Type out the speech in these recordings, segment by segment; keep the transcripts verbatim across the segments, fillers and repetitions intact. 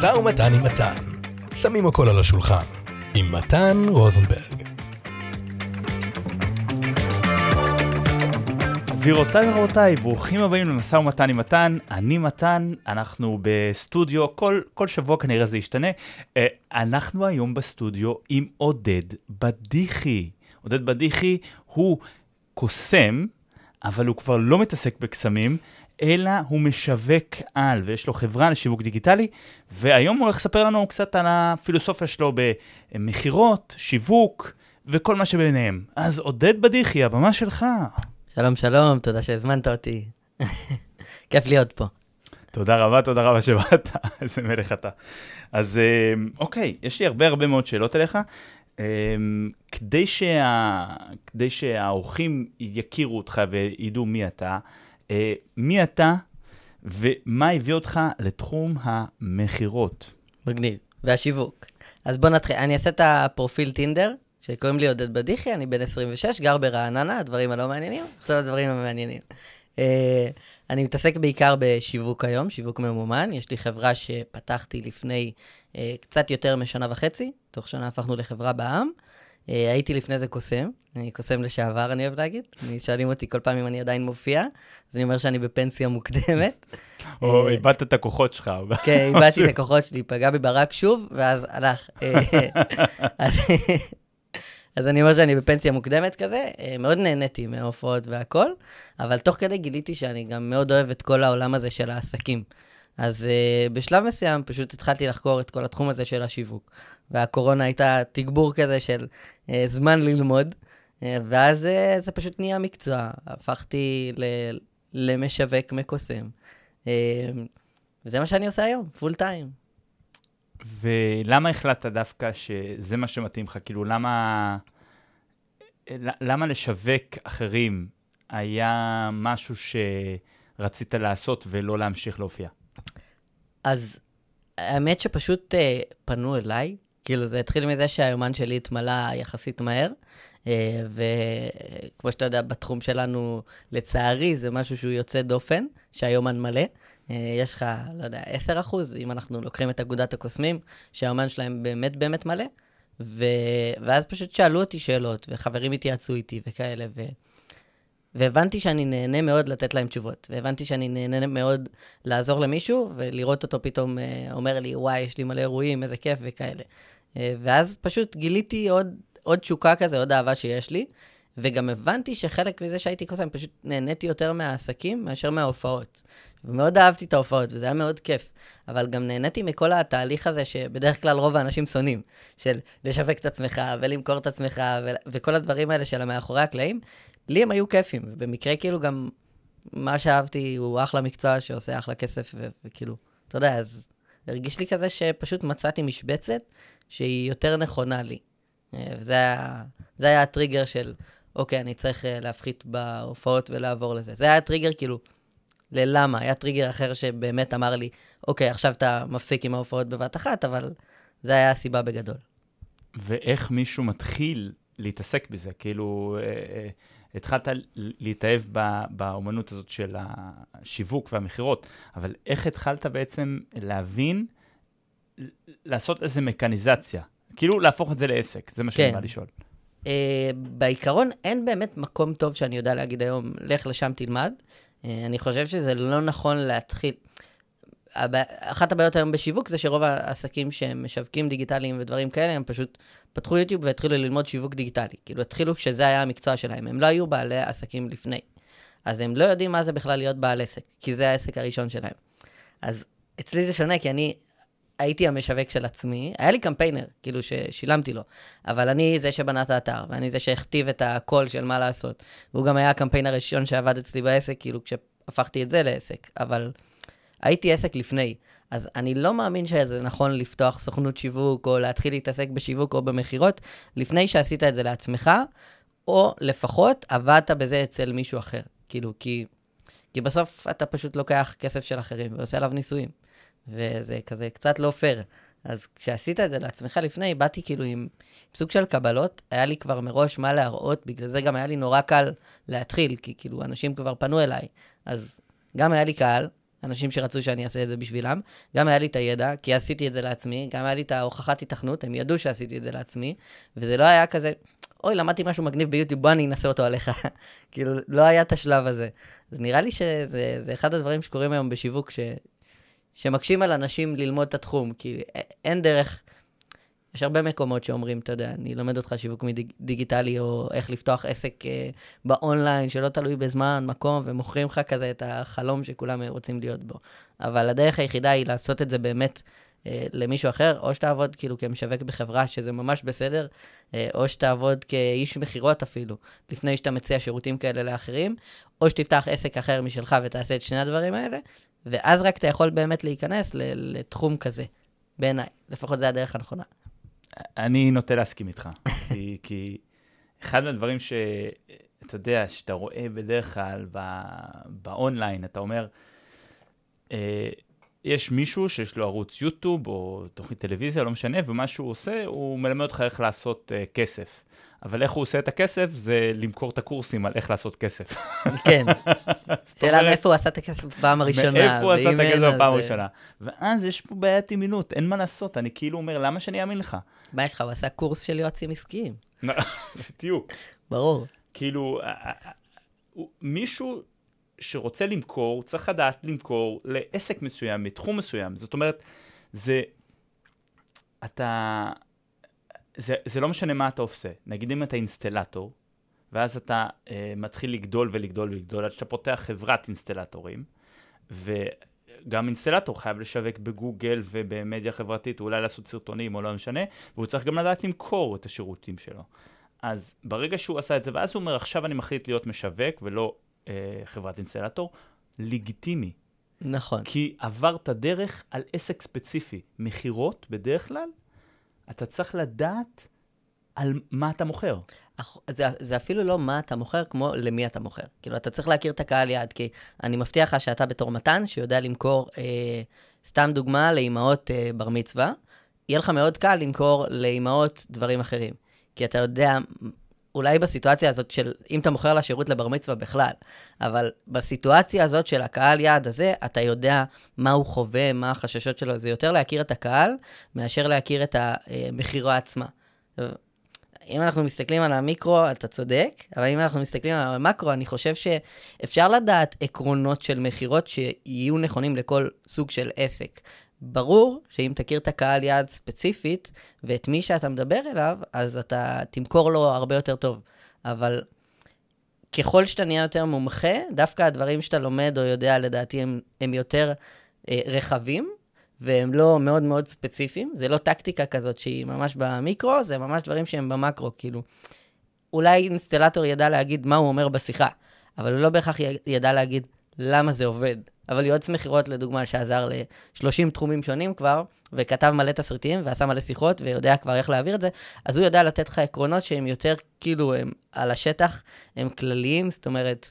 משא ומתן עם מתן. שמים הכל על השולחן. עם מתן רוזנברג. גבירותיי ורבותיי, ברוכים הבאים למשא ומתן עם מתן. אני מתן, אנחנו בסטודיו, כל, כל שבוע כנראה זה ישתנה. אנחנו היום בסטודיו עם עודד בדיחי. עודד בדיחי הוא קוסם, אבל הוא כבר לא מתעסק בקסמים, אלא הוא משווק על, ויש לו חברה לשיווק דיגיטלי, והיום הוא הולך לספר לנו קצת על הפילוסופיה שלו במחירות, שיווק וכל מה שביניהם. אז עודד בדיחי, הבמה שלך. שלום, שלום, תודה שהזמנת אותי. כיף להיות פה. תודה רבה, תודה רבה שבאת. איזה מלך אתה. אז אוקיי, יש לי הרבה הרבה מאוד שאלות אליך. כדי שה... כדי שהאורחים יכירו אותך וידעו מי אתה, מי אתה ומה הביא אותך לתחום המחירות? מגניב. והשיווק. אז בוא נתחיל. אני אעשה את הפרופיל טינדר, שקוראים לי עודד בדיחי, אני בן עשרים ושש, גר ברעננה, הדברים הלא מעניינים, עכשיו הדברים המעניינים. אני מתעסק בעיקר בשיווק היום, שיווק ממומן. יש לי חברה שפתחתי לפני קצת יותר משנה וחצי, תוך שנה הפכנו לחברה בעם. הייתי לפני זה קוסם, אני קוסם לשעבר, אני אוהב להגיד. שואלים אותי כל פעם אם אני עדיין מופיע, אז אני אומר שאני בפנסיה מוקדמת. או איבדת את הכוחות שלך. כן, איבדתי את הכוחות שלי, פגע בי ברק שוב, ואז הלך. אז אני אומר שאני בפנסיה מוקדמת כזה, מאוד נהניתי מההופעות והכל, אבל תוך כדי גיליתי שאני גם מאוד אוהב את כל העולם הזה של העסקים. אז uh, בשלב מסוים פשוט התחלתי לחקור את כל התחום הזה של השיווק. והקורונה הייתה תגבור כזה של uh, זמן ללמוד, uh, ואז uh, זה פשוט נהיה מקצוע. הפכתי ל- למשווק מקוסם. Uh, וזה מה שאני עושה היום, פול טיים. ולמה החלטת דווקא שזה מה שמתאים לך? כאילו, למה, למה לשווק אחרים היה משהו שרצית לעשות ולא להמשיך להופיע? אז האמת שפשוט uh, פנו אליי, כאילו זה התחיל מזה שהיומן שלי התמלא יחסית מהר, uh, וכמו שאתה יודע, בתחום שלנו, לצערי, זה משהו שהוא יוצא דופן, שהיומן מלא. Uh, יש לך, לא יודע, עשרה אחוז, אם אנחנו לוקחים את אגודת הקוסמים, שהיומן שלהם באמת באמת מלא, ו... ואז פשוט שאלו אותי שאלות, וחברים התייעצו איתי וכאלה, ו... והבנתי שאני נהנה מאוד לתת להם תשובות, והבנתי שאני נהנה מאוד לעזור למישהו, ולראות אותו פתאום אומר לי, וואי, יש לי מלא אירועים, איזה כיף וכאלה. ואז פשוט גיליתי עוד, עוד תשוקה כזה, עוד אהבה שיש לי, וגם הבנתי שחלק מזה שהייתי קוסם, פשוט נהניתי יותר מהעסקים מאשר מההופעות. ומאוד אהבתי את ההופעות, וזה היה מאוד כיף. אבל גם נהניתי מכל התהליך הזה, שבדרך כלל רוב האנשים שונאים, של לשווק את עצמך, ולמכור את עצמך, ו- וכל הדברים האלה של המאחורי הקלעים, לי הם היו כיפים. ובמקרה כאילו גם מה שאהבתי הוא אחלה מקצוע שעושה אחלה כסף, ו- וכאילו, אתה יודע, אז הרגיש לי כזה שפשוט מצאתי משבצת שהיא יותר נכונה לי. וזה היה, זה היה הטריגר של, אוקיי, אני צריך להפחית בהופעות ולעבור לזה. זה היה הטריגר כאילו, ללמה? היה טריגר אחר שבאמת אמר לי, אוקיי, עכשיו אתה מפסיק עם ההופעות בבת אחת, אבל זה היה הסיבה בגדול. ואיך מישהו מתחיל להתעסק בזה? כאילו, אה, התחלת להתאהב באומנות הזאת של השיווק והמחירות, אבל איך התחלת בעצם להבין, לעשות איזו מקניזציה? כאילו להפוך את זה לעסק, זה מה שאני בא לשאול. Uh, בעיקרון אין באמת מקום טוב שאני יודע להגיד היום, לך לשם תלמד. Uh, אני חושב שזה לא נכון להתחיל. אחת הבעיות היום בשיווק זה שרוב העסקים שהם משווקים דיגיטליים ודברים כאלה, הם פשוט פתחו יוטיוב והתחילו ללמוד שיווק דיגיטלי. כאילו התחילו כשזה היה המקצוע שלהם, הם לא היו בעלי עסקים לפני. אז הם לא יודעים מה זה בכלל להיות בעל עסק, כי זה העסק הראשון שלהם. אז אצלי זה שונה, כי אני הייתי המשווק של עצמי, היה לי קמפיינר, כאילו ששילמתי לו, אבל אני זה שבנה את האתר, ואני זה שהכתיב את הקול של מה לעשות, והוא גם היה הקמפיינר הראשון שעבד אצלי בעסק, כאילו כשהפכתי את זה לעסק, אבל הייתי עסק לפני, אז אני לא מאמין שזה נכון לפתוח סוכנות שיווק, או להתחיל להתעסק בשיווק או במחירות, לפני שעשית את זה לעצמך, או לפחות עבדת בזה אצל מישהו אחר, כאילו, כי, כי בסוף אתה פשוט לוקח כסף של אחרים, ועושה עליו ניסויים. וזה כזה קצת לא פייר. אז כשעשית את זה לעצמך לפני, באתי כאילו עם, עם סוג של קבלות, היה לי כבר מראש מה להראות, בגלל זה גם היה לי נורא קל להתחיל, כי כאילו אנשים כבר פנו אליי. אז גם היה לי קהל, אנשים שרצו שאני אעשה את זה בשבילם, גם היה לי את הידע, כי עשיתי את זה לעצמי, גם היה לי את ההוכחת התכנות, הם ידעו שעשיתי את זה לעצמי, וזה לא היה כזה, אוי, למדתי משהו מגניב ביוטיוב, בוא אני אנסה אותו עליך. כאילו, לא היה את השלב הזה. אז נראה לי שזה זה אחד הדברים שקורים היום בשיווק, ש, שמקשים על אנשים ללמוד את התחום, כי אין דרך, יש הרבה מקומות שאומרים, אתה יודע, אני לומד אותך שיווק דיגיטלי, או איך לפתוח עסק אה, באונליין, שלא תלוי בזמן, מקום, ומוכרים לך כזה את החלום שכולם רוצים להיות בו. אבל הדרך היחידה היא לעשות את זה באמת אה, למישהו אחר, או שתעבוד כאילו כמשווק בחברה, שזה ממש בסדר, אה, או שתעבוד כאיש מחירות אפילו, לפני שאתה מציע שירותים כאלה לאחרים, או שתפתח עסק אחר משלך ותעשה את שני הדברים האלה, ואז רק אתה יכול באמת להיכנס לתחום כזה, בעיניי. לפחות זה הדרך הנכונה. אני נוטה להסכים איתך, כי, כי אחד מהדברים שאתה יודע, שאתה רואה בדרך כלל באונליין, אתה אומר, אה, יש מישהו שיש לו ערוץ יוטיוב או תוכנית טלוויזיה, לא משנה, ומה שהוא עושה, הוא מלמד אותך איך לעשות אה, כסף. אבל איך הוא עושה את הכסף, זה למכור את הקורסים על איך לעשות כסף. כן. שאלה מאיפה הוא עשה את הכסף בפעם הראשונה. מאיפה הוא עשה את הכסף בפעם הראשונה. ואז יש פה בעיית אמינות, אין מה לעשות. אני כאילו אומר, למה שאני אאמין לך? מה יש לך? הוא עשה קורס של יועצים עסקיים. בדיוק. ברור. כאילו, מישהו שרוצה למכור, צריך לדעת למכור לעסק מסוים, מתחום מסוים. זאת אומרת, זה, אתה... זה, זה לא משנה מה אתה עושה. נגיד אם אתה אינסטלטור, ואז אתה אה, מתחיל לגדול ולגדול ולגדול, עד שאתה פותח חברת אינסטלטורים, וגם אינסטלטור חייב לשווק בגוגל ובמדיה חברתית, אולי לעשות סרטונים או לא משנה, והוא צריך גם לדעת למכור את השירותים שלו. אז ברגע שהוא עשה את זה, ואז הוא אומר, עכשיו אני מחליט להיות משווק ולא אה, חברת אינסטלטור, לגיטימי. נכון. כי עברת דרך על עסק ספציפי. מחירות בדרך כלל, אתה צריך לדעת על מה אתה מוכר. זה, זה אפילו לא מה אתה מוכר, כמו למי אתה מוכר. כאילו, אתה צריך להכיר את הקהל יעד, כי אני מבטיח לך שאתה בתור מתן, שיודע למכור, אה, סתם דוגמה, לאמהות אה, בר מצווה, יהיה לך מאוד קל למכור לאמהות דברים אחרים. כי אתה יודע, אולי בסיטואציה הזאת של, אם אתה מוכר לה שירות לבר מצווה בכלל, אבל בסיטואציה הזאת של הקהל יעד הזה, אתה יודע מה הוא חווה, מה החששות שלו, זה יותר להכיר את הקהל, מאשר להכיר את המחירה עצמה. אם אנחנו מסתכלים על המיקרו, אתה צודק, אבל אם אנחנו מסתכלים על המקרו, אני חושב שאפשר לדעת עקרונות של מחירות שיהיו נכונים לכל סוג של עסק. ברור שאם תכיר את הקהל יעד ספציפית, ואת מי שאתה מדבר אליו, אז אתה תמכור לו הרבה יותר טוב. אבל ככל שאתה נהיה יותר מומחה, דווקא הדברים שאתה לומד או יודע, לדעתי, הם, הם יותר אה, רחבים, והם לא מאוד מאוד ספציפיים. זה לא טקטיקה כזאת שהיא ממש במיקרו, זה ממש דברים שהם במקרו. כאילו, אולי אינסטלטור ידע להגיד מה הוא אומר בשיחה, אבל הוא לא בהכרח ידע להגיד למה זה עובד. אבל יועץ מחירות, לדוגמה, שעזר ל-שלושים תחומים שונים כבר, וכתב מלא תסריטים, ועשה מלא שיחות, ויודע כבר איך להעביר את זה, אז הוא יודע לתת לך עקרונות שהם יותר, כאילו, הם על השטח, הם כלליים, זאת אומרת,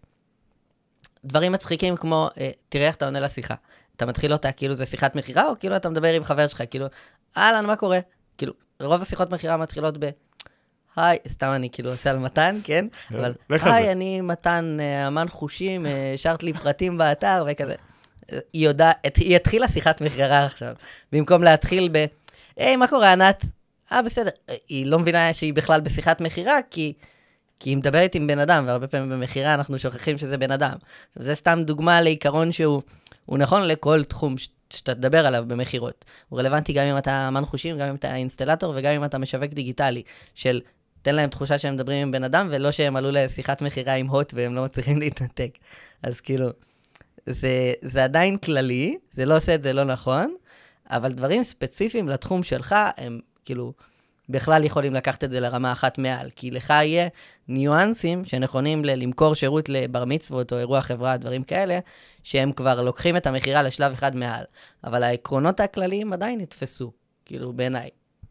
דברים מצחיקים כמו, אה, תראה איך אתה עונה לשיחה. אתה מתחיל אותה, כאילו זה שיחת מחירה, או כאילו אתה מדבר עם חבר שלך, כאילו, אהלן, מה קורה? כאילו, רוב השיחות מחירה מתחילות ב... היי, סתם אני כאילו עושה על מתן, כן? אבל, היי, אני מתן, אמן חושים, שרת לי פרטים באתר וכזה. היא יודעת, היא התחילה שיחת מחירה עכשיו, במקום להתחיל ב, היי, מה קורה, ענת? אה, בסדר. היא לא מבינה שהיא בכלל בשיחת מחירה, כי, כי היא מדברת עם בן אדם, והרבה פעמים במחירה אנחנו שוכחים שזה בן אדם. זה סתם דוגמה לעיקרון שהוא הוא נכון לכל תחום שאתה תדבר עליו במחירות. הוא רלוונטי גם אם אתה אמן חושים, גם אם אתה אינסטלטור, וגם אם אתה משווק דיגיטלי, של תן להם תחושה שהם מדברים עם בן אדם, ולא שהם עלו לשיחת מחירה עם הוט, והם לא מצליחים להתנתק. אז כאילו, זה, זה עדיין כללי, זה לא עושה את זה לא נכון, אבל דברים ספציפיים לתחום שלך, הם כאילו, בכלל יכולים לקחת את זה לרמה אחת מעל, כי לך יהיה ניואנסים שנכונים למכור שירות לבר מצוות או אירוע חברה, דברים כאלה, שהם כבר לוקחים את המחירה לשלב אחד מעל. אבל העקרונות הכלליים עדיין נתפסו, כאילו בעיניי.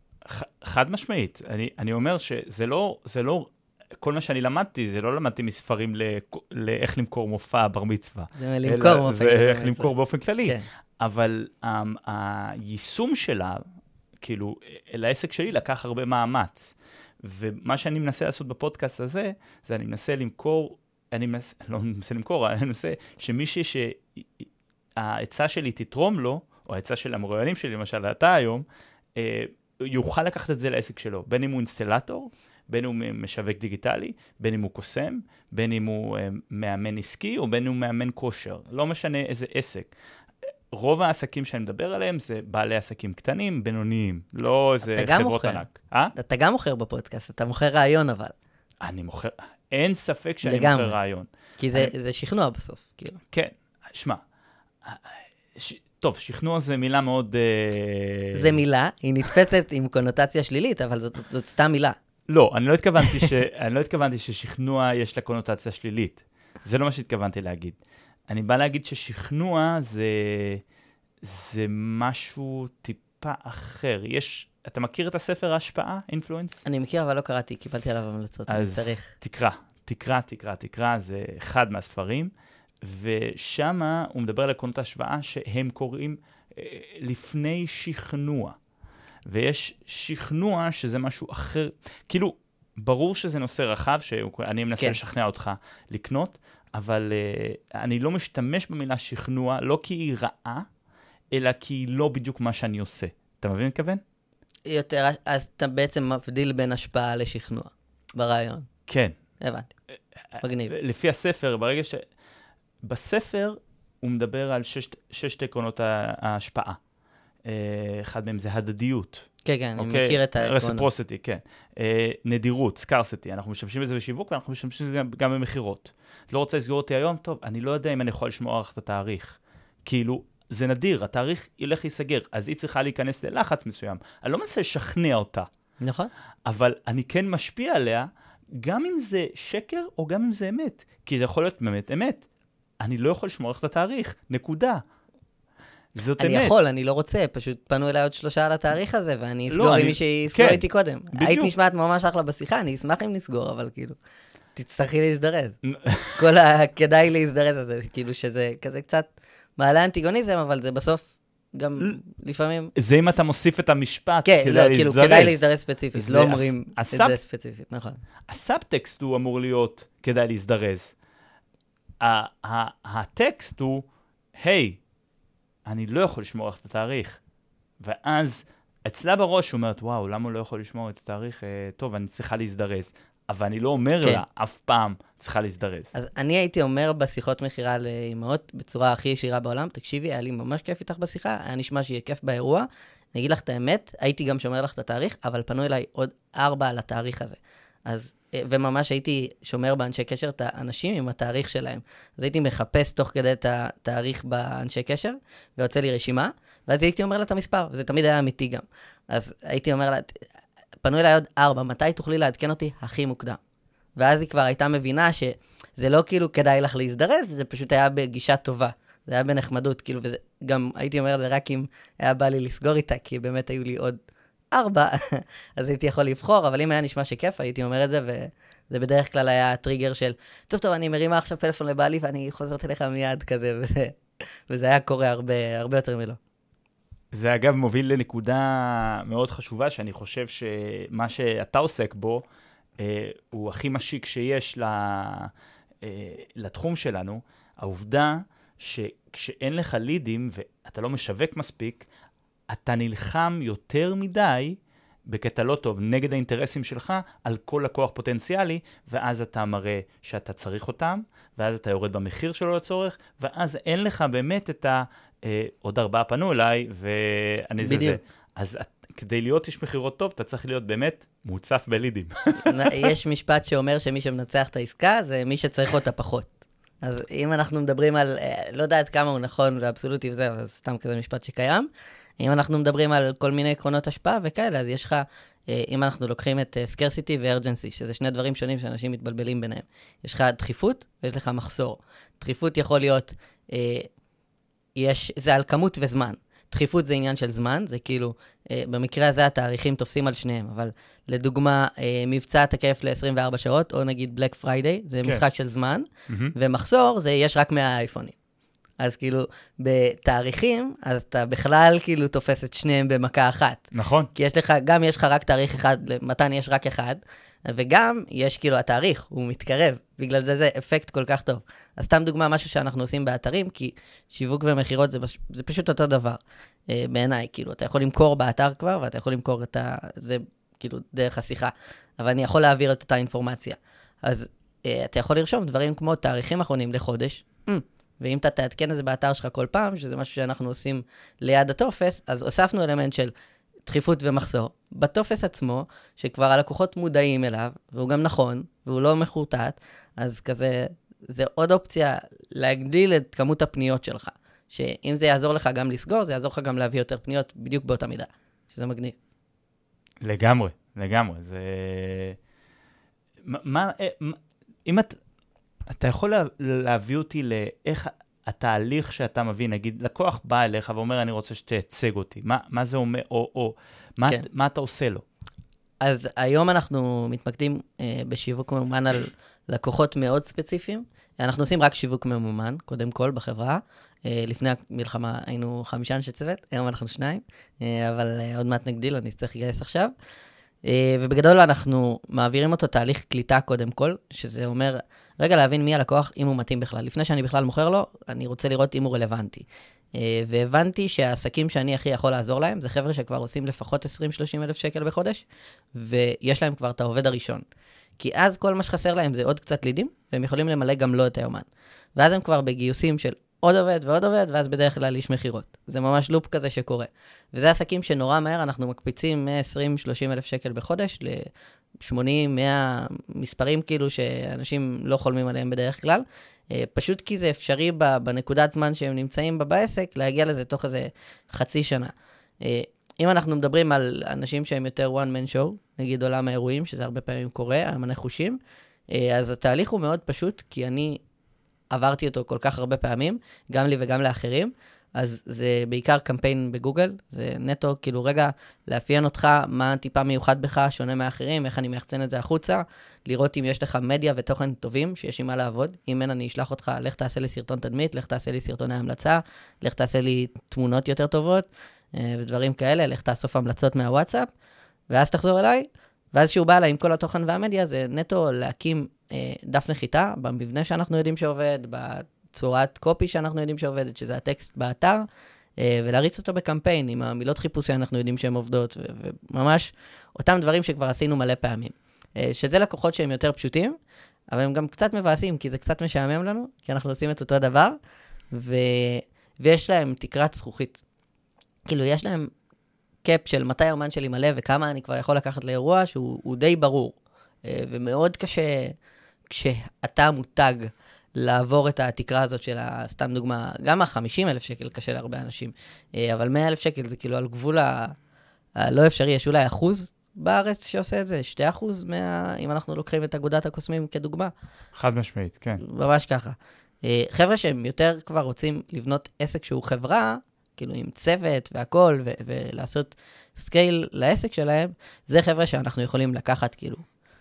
חד משמעית. אני, אני אומר שזה לא, זה לא, כל מה שאני למדתי, זה לא למדתי מספרים לאיך למכור מופע בר מצווה. זה למכור מופע. זה איך למכור באופן כללי. כן. אבל um, היישום שלה, כאילו, לעסק שלי לקח הרבה מאמץ. ומה שאני מנסה לעשות בפודקאסט הזה, זה אני מנסה למכור, אני מנסה, לא מנסה למכור, אני מנסה שמישהי ש... העצה שלי תתרום לו, או העצה של המרואיינים שלי, למשל, אתה היום, אה, יוכל לקחת את זה לעסק שלו, בין אם הוא אינסטלטור, בין אם הוא משווק דיגיטלי, בין אם הוא קוסם, בין אם הוא אה, מאמן עסקי, או בין אם הוא מאמן כושר. לא משנה איזה עסק. רוב העסקים שאני מדבר עליהם זה בעלי עסקים קטנים, בינוניים, לא איזה חברות ענק. אה? אתה גם מוכר בפודקאסט, אתה מוכר רעיון אבל. אני מוכר, אין ספק שאני לגמרי. מוכר רעיון. כי זה, אני... זה שכנוע בסוף, כאילו. כן, שמע, ש... טוב, שכנוע זה מילה מאוד... זה מילה, היא נתפסת עם קונוטציה שלילית, אבל זאת, זאת סתם מילה. לא, אני לא התכוונתי, ש... אני לא התכוונתי ששכנוע יש לה קונוטציה שלילית. זה לא מה שהתכוונתי להגיד. אני בא להגיד ששכנוע זה, זה משהו טיפה אחר. יש, אתה מכיר את הספר ההשפעה, אינפלואנס? אני מכיר, אבל לא קראתי, קיבלתי עליו המלצות. אז צריך. תקרא, תקרא, תקרא, תקרא, זה אחד מהספרים, ושמה הוא מדבר על עקרונות השוואה שהם קוראים אה, לפני שכנוע. ויש שכנוע שזה משהו אחר, כאילו, ברור שזה נושא רחב, שאני מנסה כן. לשכנע אותך לקנות, אבל uh, אני לא משתמש במילה שכנוע, לא כי היא רעה, אלא כי היא לא בדיוק מה שאני עושה. אתה מבין מתכוון? יותר, אז אתה בעצם מבדיל בין השפעה לשכנוע, ברעיון. כן. הבנתי. מגניב. לפי הספר, ברגע ש... בספר הוא מדבר על ששת, ששת עקרונות ההשפעה. אחד מהם זה הדדיות. כן, כן, אני מכיר את העקרונות. רסיפרוסיטי, כן. נדירות, סקרסיטי. אנחנו משתמשים בזה בשיווק, ואנחנו משתמשים בזה גם במחירות. את לא רוצה לסגור אותי היום? טוב, אני לא יודע אם אני יכול לשמור לך את התאריך. כאילו, זה נדיר, התאריך ילך להיסגר, אז היא צריכה להיכנס ללחץ מסוים. אני לא מנסה לשכנע אותה. נכון. אבל אני כן משפיע עליה, גם אם זה שקר או גם אם זה אמת. כי זה יכול להיות באמת אמת. אני לא יכול לשמור לך את התאריך, נקודה. זאת אני אמת. יכול, אני לא רוצה, פשוט פנו אליי עוד שלושה על התאריך הזה, ואני אסגור לא, עם אני... מי שיסגור כן, איתי קודם. בדיוק. היית נשמעת ממש אחלה בשיחה, אני אשמח אם נסגור, אבל כאילו, תצטרכי להזדרז. כל ה... כדאי להזדרז הזה, כאילו שזה כזה קצת מעלה אנטיגוניזם, אבל זה בסוף גם לפעמים... זה אם אתה מוסיף את המשפט, כן, כדאי לא, להזדרז. כאילו, כדאי להזדרז ספציפית, זה לא אומרים הס... את הסאב... זה ספציפית, נכון. הסאבטקסט הוא אמור להיות כדאי להזדרז. הטקסט הוא, היי, אני לא יכול לשמור לך את התאריך. ואז אצלה בראש הוא אומרת, וואו, למה הוא לא יכול לשמור את התאריך? טוב, אני צריכה להזדרז. אבל אני לא אומר כן. לה, אף פעם צריכה להזדרז. אז אני הייתי אומר בשיחות מחירה לאמהות, בצורה הכי ישירה בעולם, תקשיבי, היה לי ממש כיף איתך בשיחה, היה נשמע שיהיה כיף באירוע, אני אגיד לך את האמת, הייתי גם שומר לך את התאריך, אבל פנו אליי עוד ארבע על התאריך הזה. אז, וממש הייתי שומר באנשי קשר את האנשים עם התאריך שלהם. אז הייתי מחפש תוך כדי את התאריך באנשי קשר, ויוצא לי רשימה, ואז הייתי אומר לה את המספר, וזה תמיד היה אמיתי גם. אז הייתי אומר לה, פנו אליי עוד ארבע, מתי תוכלי לעדכן אותי הכי מוקדם? ואז היא כבר הייתה מבינה שזה לא כאילו כדאי לך להזדרז, זה פשוט היה בגישה טובה. זה היה בנחמדות, כאילו, וזה, גם הייתי אומר את זה רק אם היה בא לי לסגור איתה, כי באמת היו לי עוד ארבע, אז הייתי יכול לבחור, אבל אם היה נשמע שכיף, הייתי אומר את זה, וזה בדרך כלל היה טריגר של, טוב, טוב, אני מרימה עכשיו פלאפון לבעלי, ואני חוזרת אליך מיד כזה, וזה, וזה היה קורה הרבה, הרבה יותר מלא. זה אגב מוביל לנקודה מאוד חשובה, שאני חושב שמה שאתה עוסק בו, אה, הוא הכי משיק שיש ל, אה, לתחום שלנו. העובדה שכשאין לך לידים ואתה לא משווק מספיק, אתה נלחם יותר מדי, בקטע לא טוב, נגד האינטרסים שלך, על כל לקוח פוטנציאלי, ואז אתה מראה שאתה צריך אותם, ואז אתה יורד במחיר שלו לצורך, ואז אין לך באמת את ה... אה, עוד ארבעה פנו אליי, ואני זה זה. אז כדי להיות איש מחירות טוב, אתה צריך להיות באמת מוצף בלידים. יש משפט שאומר שמי שמנצח את העסקה, זה מי שצריך אותה פחות. אז אם אנחנו מדברים על, לא יודעת כמה הוא נכון ואבסולוטי וזה, אז סתם כזה משפט שקיים. אם אנחנו מדברים על כל מיני עקרונות השפעה וכאלה, אז יש לך, אם אנחנו לוקחים את סקרסיטי וארג'נסי, שזה שני דברים שונים שאנשים מתבלבלים ביניהם. יש לך דחיפות ויש לך מחסור. דחיפות יכול להיות, יש, זה על כמות וזמן. דחיפות זה עניין של זמן, זה כאילו, במקרה הזה התאריכים תופסים על שניהם, אבל לדוגמה, מבצע תקף ל-עשרים וארבע שעות, או נגיד בלק פריידיי, זה כן. משחק של זמן, mm-hmm. ומחסור זה יש רק מאה אייפונים. אז כאילו, בתאריכים, אז אתה בכלל כאילו תופס את שניהם במכה אחת. נכון. כי יש לך, גם יש לך רק תאריך אחד, למתן יש רק אחד, וגם יש כאילו התאריך, הוא מתקרב, בגלל זה זה אפקט כל כך טוב. אז סתם דוגמה, משהו שאנחנו עושים באתרים, כי שיווק ומחירות זה, זה פשוט אותו דבר, בעיניי, כאילו, אתה יכול למכור באתר כבר, ואתה יכול למכור את ה... זה כאילו דרך השיחה, אבל אני יכול להעביר את אותה אינפורמציה. אז אתה יכול לרשום דברים כמו תאריכים אחרונים לחודש, ואם אתה תעדכן את זה באתר שלך כל פעם, שזה משהו שאנחנו עושים ליד הטופס, אז הוספנו אלמנט של דחיפות ומחסור. בטופס עצמו, שכבר הלקוחות מודעים אליו, והוא גם נכון, והוא לא מחורטט, אז כזה, זה עוד אופציה להגדיל את כמות הפניות שלך. שאם זה יעזור לך גם לסגור, זה יעזור לך גם להביא יותר פניות בדיוק באותה מידה. שזה מגניב. לגמרי, לגמרי. זה... מה, אם את... אתה יכול להביא אותי לאיך התהליך שאתה מביא, נגיד, לקוח בא אליך ואומר, אני רוצה שתייצג אותי. מה, מה זה אומר, או, או מה, כן. מה אתה עושה לו? אז היום אנחנו מתמקדים אה, בשיווק ממומן על לקוחות מאוד ספציפיים. אנחנו עושים רק שיווק ממומן, קודם כל, בחברה. אה, לפני המלחמה היינו חמישה אנשי צוות, היום אנחנו שניים, אה, אבל אה, עוד מעט נגדיל, אני צריך לגייס עכשיו. ובגדול אנחנו מעבירים אותו תהליך קליטה קודם כל, שזה אומר, רגע להבין מי הלקוח, אם הוא מתאים בכלל. לפני שאני בכלל מוכר לו, אני רוצה לראות אם הוא רלוונטי. והבנתי שהעסקים שאני הכי יכול לעזור להם, זה חבר'ה שכבר עושים לפחות עשרים שלושים אלף שקל בחודש, ויש להם כבר את העובד הראשון. כי אז כל מה שחסר להם זה עוד קצת לידים, והם יכולים למלא גם לא את היומן. ואז הם כבר בגיוסים של עוד עובד ועוד עובד, ואז בדרך כלל יש מחירות. זה ממש לופ כזה שקורה. וזה עסקים שנורא מהר, אנחנו מקפיצים עשרים שלושים אלף שקל בחודש, ל-שמונים מאה מספרים כאילו שאנשים לא חולמים עליהם בדרך כלל. פשוט כי זה אפשרי בנקודת זמן שהם נמצאים בעסק, להגיע לזה תוך איזה חצי שנה. אם אנחנו מדברים על אנשים שהם יותר one man show, נגיד עולם האירועים, שזה הרבה פעמים קורה, האמני חושים, אז התהליך הוא מאוד פשוט, כי אני עברתי אותו כל כך הרבה פעמים, גם לי וגם לאחרים, אז זה בעיקר קמפיין בגוגל, זה נטו, כאילו רגע, לאפיין אותך, מה טיפה מיוחד בך, שונה מאחרים, איך אני מייחצן את זה החוצה, לראות אם יש לך מדיה ותוכן טובים, שיש עם מה לעבוד, אם אין אני אשלח אותך, לך תעשה לי סרטון תדמית, לך תעשה לי סרטוני המלצה, לך תעשה לי תמונות יותר טובות, ודברים כאלה, לך תאסוף המלצות מהוואטסאפ, ואז תחזור אליי, ואז שהוא בא אליי עם כל התוכן והמדיה, זה נטו להקים דף נחיתה, במבנה שאנחנו יודעים שעובד, בצורת קופי שאנחנו יודעים שעובדת, שזה הטקסט באתר, ולהריץ אותו בקמפיין, עם המילות חיפוש שאנחנו יודעים שהן עובדות, וממש אותם דברים שכבר עשינו מלא פעמים. שזה לקוחות שהם יותר פשוטים, אבל הם גם קצת מבאסים, כי זה קצת משעמם לנו, כי אנחנו עושים את אותו דבר, ו... ויש להם תקרת זכוכית. כאילו, יש להם קאפ של מתי האומן שלי מלא, וכמה אני כבר יכול לקחת לאירוע, שהוא די ברור. ומאוד קשה, כשאתה מותג, לעבור את התקרה הזאת של, סתם דוגמה, גם ה-חמישים אלף שקל קשה להרבה אנשים, אבל מאה אלף שקל זה כאילו על גבול הלא אפשרי, יש אולי אחוז בארץ שעושה את זה, שתי אחוז מה, אם אנחנו לוקחים את אגודת הקוסמים כדוגמה. חד משמעית, כן. ממש ככה. חבר'ה שהם יותר כבר רוצים לבנות עסק שהוא חברה, כאילו עם צוות והכל, ו- ולעשות סקייל לעסק שלהם, זה חבר'ה שאנחנו יכולים לקחת כאילו,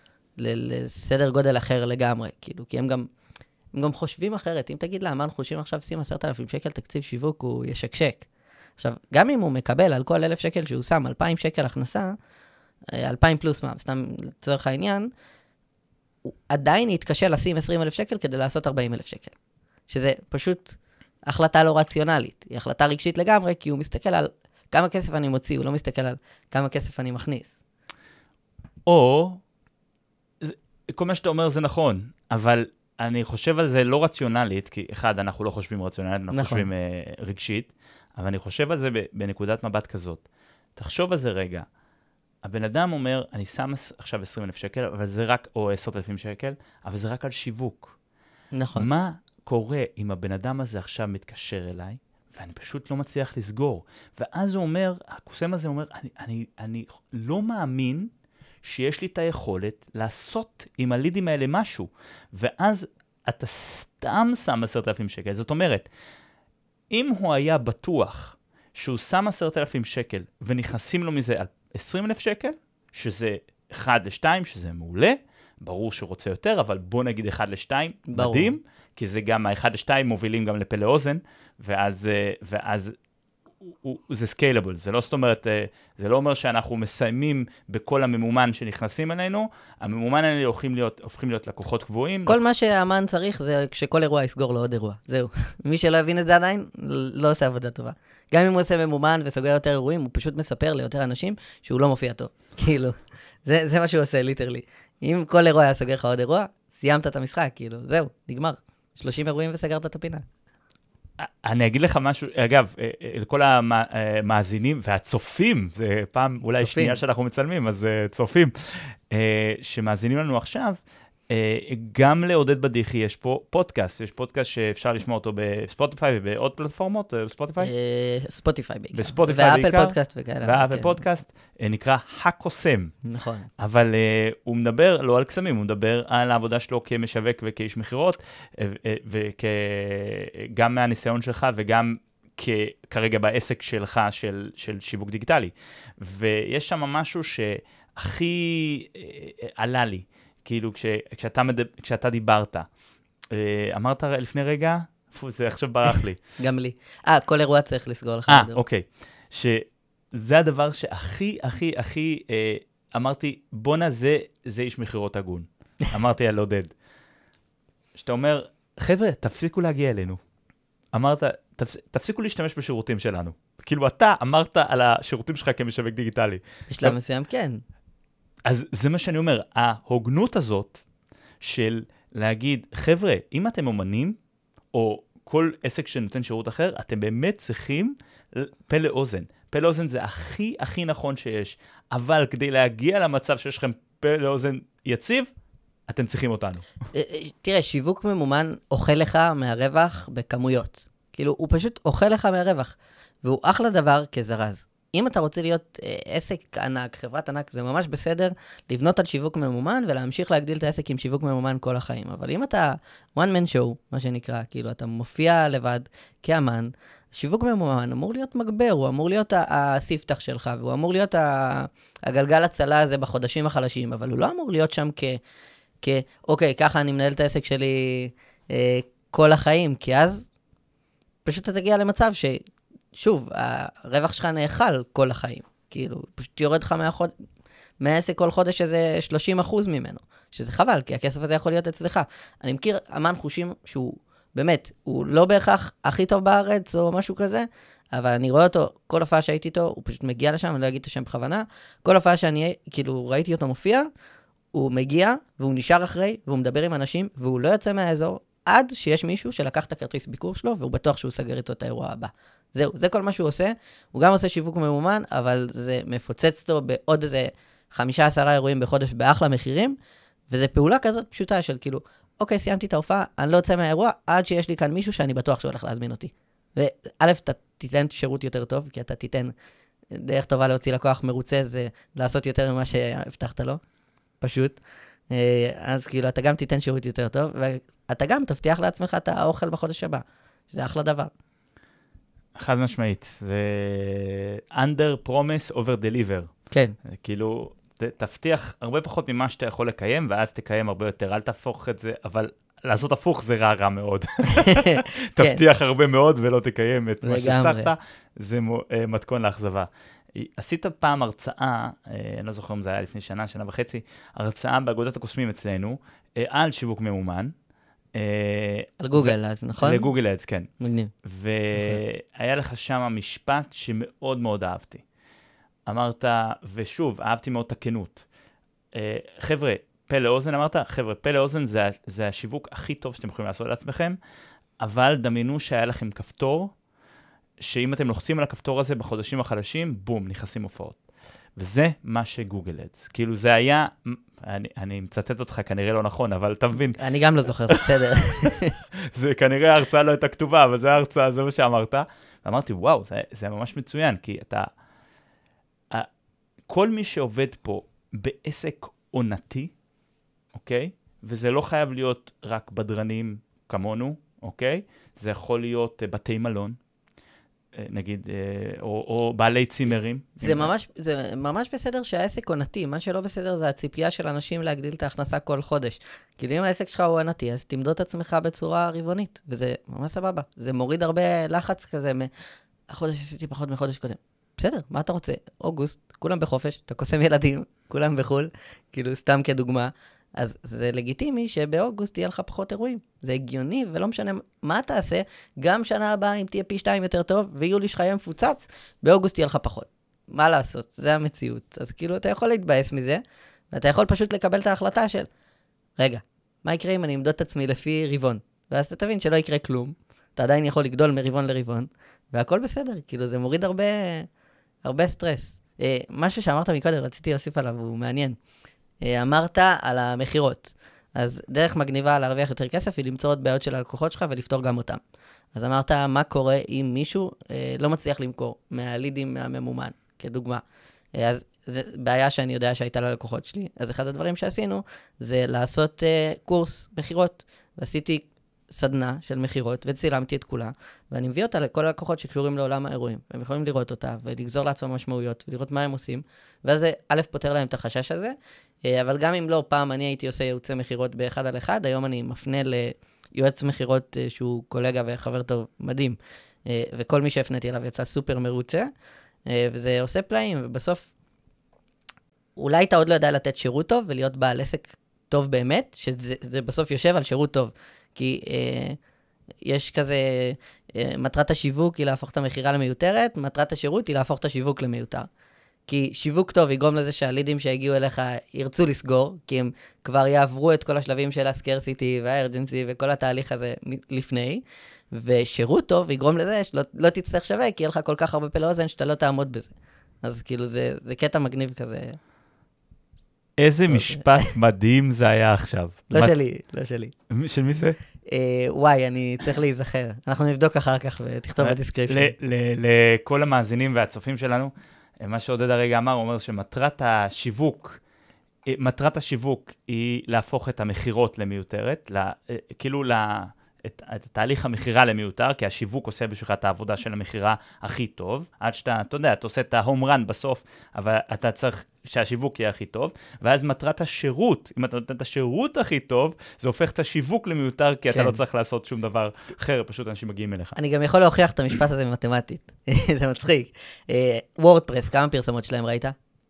לסדר גודל אחר לגמרי, כאילו, כי הם גם, הם גם חושבים אחרת. אם תגיד לה, אמן חושים עכשיו שים עשרת אלפים שקל תקציב שיווק, הוא ישקשק. עכשיו, גם אם הוא מקבל על כל אלף שקל שהוא שם אלפיים שקל הכנסה, אלפיים פלוס מה, סתם לצורך העניין, הוא עדיין יתקשה לשים עשרים אלף שקל כדי לעשות ארבעים אלף שקל. שזה פשוט החלטה לא רציונלית. היא החלטה רגשית לגמרי, כי הוא מסתכל על כמה כסף אני מוציא, הוא לא מסתכל על כמה כסף אני מכניס. או, כל מה שאתה אומר זה נכון, אבל אני חושב על זה לא רציונלית, כי אחד, אנחנו לא חושבים רציונלית, אנחנו נכון. חושבים uh, רגשית, אבל אני חושב על זה בנקודת מבט כזאת. תחשוב על זה רגע. הבן אדם אומר, אני שם עכשיו עשרים אלף שקל, אבל זה רק, או עשרת אלפים שקל, אבל זה רק על שיווק. נכון. מה קורה אם הבן אדם הזה עכשיו מתקשר אליי, ואני פשוט לא מצליח לסגור. ואז הוא אומר, הקוסם הזה אומר, אני, אני, אני לא מאמין שיש לי את היכולת לעשות עם הלידים האלה משהו. ואז אתה סתם שם עשרת אלפים שקל. זאת אומרת, אם הוא היה בטוח שהוא שם עשרת אלפים שקל, ונכנסים לו מזה עשרים אלף שקל, שזה אחד לשתיים, שזה מעולה, ברור שהוא רוצה יותר, אבל בוא נגיד אחד לשתיים, ברור. מדהים, כי זה גם, האחד לשתיים מובילים גם לפה לאוזן, ואז, ואז הוא, זה סקיילבל, זה לא זאת אומרת, זה לא אומר שאנחנו מסיימים בכל הממומן שנכנסים אלינו, הממומן האלה הופכים להיות, הופכים להיות לקוחות קבועים. כל מה שהאמן צריך זה כשכל אירוע יסגור לו עוד אירוע, זהו. מי שלא הבין את זה עדיין, לא עושה עבודה טובה. גם אם הוא עושה ממומן וסוגר יותר אירועים, הוא פשוט מספר ליותר אנשים שהוא לא מופיע טוב. כאילו, זה, זה מה שהוא עושה, ליטרלי. אם כל אירוע היה סוגר לך עוד אירוע, סיימת את המשחק, כאילו, זהו, נגמר. שלושים אירועים וסגרת את הפינה. אני אגיד לך משהו, אגב, לכל המאזינים והצופים, זה פעם אולי צופים. שנייה שאנחנו מצלמים, אז צופים, שמאזינים לנו עכשיו, גם לעודד בדיחי יש פה פודקאסט, יש פודקאסט שאפשר לשמוע אותו בספוטיפיי ובעוד פלטפורמות, בספוטיפיי? ספוטיפיי בעיקר. בספוטיפיי בעיקר. ואפל פודקאסט וכאלה. ואפל פודקאסט, נקרא הקוסם. נכון. אבל הוא מדבר לא על קסמים, הוא מדבר על העבודה שלו כמשווק וכאיש מחירות, וגם מהניסיון שלך וגם כרגע בעסק שלך של, של שיווק דיגיטלי. ויש שם משהו שהכי עלה לי. כאילו, כש, כשאתה, מדבר, כשאתה דיברת, אמרת לפני רגע, פו, זה עכשיו ברח לי. גם לי. אה, כל אירוע צריך לסגור לך. אה, אוקיי. שזה הדבר שהכי, הכי, הכי, אה, אמרתי, בונה זה, זה איש מחירות הגון. אמרתי על עודד. שאתה אומר, חבר'ה, תפסיקו להגיע אלינו. אמרת, תפס, תפסיקו להשתמש בשירותים שלנו. כאילו, אתה אמרת על השירותים שלך כמשווק דיגיטלי. בשלב מסוים, כן. אז זה מה שאני אומר, ההוגנות הזאת של להגיד, חבר'ה, אם אתם אומנים, או כל עסק שנותן שירות אחר, אתם באמת צריכים פה לאוזן. פה לאוזן זה הכי הכי נכון שיש, אבל כדי להגיע למצב שיש לכם פה לאוזן יציב, אתם צריכים אותנו. תראה, שיווק ממומן אוכל לך מהרווח בכמויות. כאילו, הוא פשוט אוכל לך מהרווח, והוא אחלה דבר כזרז. אם אתה רוצה להיות אה, עסק ענק, חברת ענק, זה ממש בסדר לבנות על שיווק ממומן ולהמשיך להגדיל את העסק עם שיווק ממומן כל החיים. אבל אם אתה one man show, מה שנקרא, כאילו אתה מופיע לבד כאמן, שיווק ממומן אמור להיות מגבר, הוא אמור להיות הספתח שלך, והוא אמור להיות הגלגל הצלה הזה בחודשים החלשים, אבל הוא לא אמור להיות שם כ... כ אוקיי, ככה אני מנהל את העסק שלי אה, כל החיים, כי אז פשוט אתה תגיע למצב ש... שוב, הרווח שלך נאכל כל החיים. כאילו, פשוט יורד לך מהחוד... מהעסק כל חודש איזה שלושים אחוז ממנו, שזה חבל, כי הכסף הזה יכול להיות אצלך. אני מכיר אמן חושים שהוא, באמת, הוא לא בהכרח הכי טוב בארץ או משהו כזה, אבל אני רואה אותו, כל הופעה שהייתי איתו, הוא פשוט מגיע לשם, אני לא אגיד את השם בכוונה, כל הופעה שאני, כאילו, ראיתי אותו מופיע, הוא מגיע, והוא נשאר אחרי, והוא מדבר עם אנשים, והוא לא יוצא מהאזור, עד שיש מישהו שלקח את הכרטיס ביקור שלו, והוא בטוח שהוא סגר איתו את האירוע הבא. זהו, זה כל מה שהוא עושה. הוא גם עושה שיווק ממומן, אבל זה מפוצץ לו בעוד איזה חמישה עשרה אירועים בחודש באחלה מחירים, וזו פעולה כזאת פשוטה של כאילו, אוקיי, סיימתי את ההופעה, אני לא יוצא מהאירוע, עד שיש לי כאן מישהו שאני בטוח שהוא הולך להזמין אותי. וא', אתה תיתן שירות יותר טוב, כי אתה תיתן דרך טובה להוציא לקוח מרוצה, זה לעשות יותר ממה שהבטחת לו, פשוט. אז כאילו, אתה גם תיתן שירות יותר טוב, ואתה גם תבטיח לעצמך את האוכל בחודש הבא. שזה אחלה דבר. חד משמעית. זה under promise over deliver. כן. כאילו, תבטיח הרבה פחות ממה שאתה יכול לקיים, ואז תקיים הרבה יותר. אל תהפוך את זה, אבל לעשות הפוך זה רע רע מאוד. תבטיח הרבה מאוד ולא תקיים את מה שהבטחת. זה מתכון לאכזבה. עשית פעם הרצאה, אני לא זוכר אם זה היה לפני שנה, שנה וחצי, הרצאה באגודת הקוסמים אצלנו, על שיווק ממומן. על גוגל אז, נכון? לגוגל אדס, כן. מגניב. והיה לך שם משפט שמאוד מאוד אהבתי. אמרת, ושוב, אהבתי מאוד את הכנות. חבר'ה, פה לאוזן, אמרת, חבר'ה, פה לאוזן זה, זה השיווק הכי טוב שאתם יכולים לעשות לעצמכם, אבל דמיינו שהיה לכם כפתור, שאם אתם לוחצים על הכפתור הזה בחודשים החלשים, בום, נכנסים הופעות. וזה מה שגוגל אדס. כאילו זה היה, אני, אני מצטט אותך כנראה לא נכון, אבל אתה מבין. אני גם לא זוכר, זה בסדר. זה כנראה ההרצאה לא הייתה כתובה, אבל זה ההרצאה, זה מה שאמרת. ואמרתי, וואו, זה, זה ממש מצוין, כי אתה, כל מי שעובד פה בעסק עונתי, אוקיי? וזה לא חייב להיות רק בדרנים כמונו, אוקיי? זה יכול להיות בתי מלון, נגיד, או, או בעלי צימרים. זה ממש, זה ממש בסדר שהעסק עונתי, מה שלא בסדר זה הציפייה של אנשים להגדיל את ההכנסה כל חודש. כאילו אם העסק שלך הוא עונתי, אז תמדוד את עצמך בצורה רבעונית, וזה ממש סבבה. זה מוריד הרבה לחץ כזה, החודש עשיתי פחות מחודש קודם. בסדר, מה אתה רוצה? אוגוסט, כולם בחופש, אתה קוסם ילדים, כולם בחול, כאילו סתם כדוגמה. אז זה לגיטימי שבאוגוסט יהיה לך פחות אירועים. זה הגיוני, ולא משנה מה תעשה, גם שנה הבאה, אם תהיה פי שתיים יותר טוב, ויולי שלך יהיה מפוצץ, באוגוסט יהיה לך פחות. מה לעשות? זה המציאות. אז כאילו, אתה יכול להתבאס מזה, ואתה יכול פשוט לקבל את ההחלטה של, רגע, מה יקרה אם אני אמדוד את עצמי לפי רבעון? ואז אתה תבין שלא יקרה כלום, אתה עדיין יכול לגדול מרבעון לרבעון, והכל בסדר, כאילו, זה מוריד הרבה, הרבה סטרס. אה, משהו שאמרת מקודם, רציתי להוסיף עליו, הוא מעניין. אמרת על המחירות. אז דרך מגניבה להרוויח יותר כסף היא למצוא עוד בעיות של הלקוחות שלך ולפתור גם אותם. אז אמרת, מה קורה אם מישהו אה, לא מצליח למכור מהלידים מהממומן, כדוגמה. אה, אז זו בעיה שאני יודע שהייתה ללקוחות שלי. אז אחד הדברים שעשינו זה לעשות אה, קורס מחירות. ועשיתי סדנה של מחירות וצילמתי את כולה, ואני מביא אותה לכל הלקוחות שקשורים לעולם האירועים. הם יכולים לראות אותה ולגזור לעצמם משמעויות ולראות מה הם עושים. ואז זה א' פותר להם את החשש הזה, אבל גם אם לא, פעם אני הייתי עושה ייעוצי מחירות באחד על אחד, היום אני מפנה ליועץ מחירות שהוא קולגה וחבר טוב, מדהים, וכל מי שהפניתי אליו יצא סופר מרוצה, וזה עושה פלאים, ובסוף, אולי אתה עוד לא יודע לתת שירות טוב, ולהיות בעל עסק טוב באמת, שזה בסוף יושב על שירות טוב, כי אה, יש כזה, אה, מטרת השיווק היא להפוך את המחירה למיותרת, מטרת השירות היא להפוך את השיווק למיותר. כי שיווק טוב יגרום לזה שהלידים שהגיעו אליך ירצו לסגור, כי הם כבר יעברו את כל השלבים של הסקרסיטי והארג'נסי וכל התהליך הזה לפני, ושירות טוב יגרום לזה שלא לא תצטרך שווה, כי יהיה לך כל כך הרבה פה לאוזן שאתה לא תעמוד בזה. אז כאילו זה, זה קטע מגניב כזה. איזה משפט מדהים זה היה עכשיו. לא שלי, לא שלי. של מי זה? וואי, אני צריך להיזכר. אנחנו נבדוק אחר כך ותכתוב בדיסקריפשן. לכל המאזינים והצופים שלנו, מה שעודד הרגע אמר, הוא אומר שמטרת השיווק, מטרת השיווק היא להפוך את המחירות למיותרת, כאילו את תהליך המחירה למיותר, כי השיווק עושה בשבילך את העבודה של המחירה הכי טוב, עד שאתה, אתה יודע, אתה עושה את ההום רן בסוף, אבל אתה צריך שהשיווק יהיה הכי טוב, ואז מטרת השירות, אם אתה נותן את השירות הכי טוב, זה הופך את השיווק למיותר, כי אתה לא צריך לעשות שום דבר אחר, פשוט אנשים מגיעים אליך. אני גם יכול להוכיח את המשפט הזה מתמטית, זה מצחיק. וורדפרס, כמה פרסמות שלהם ראית?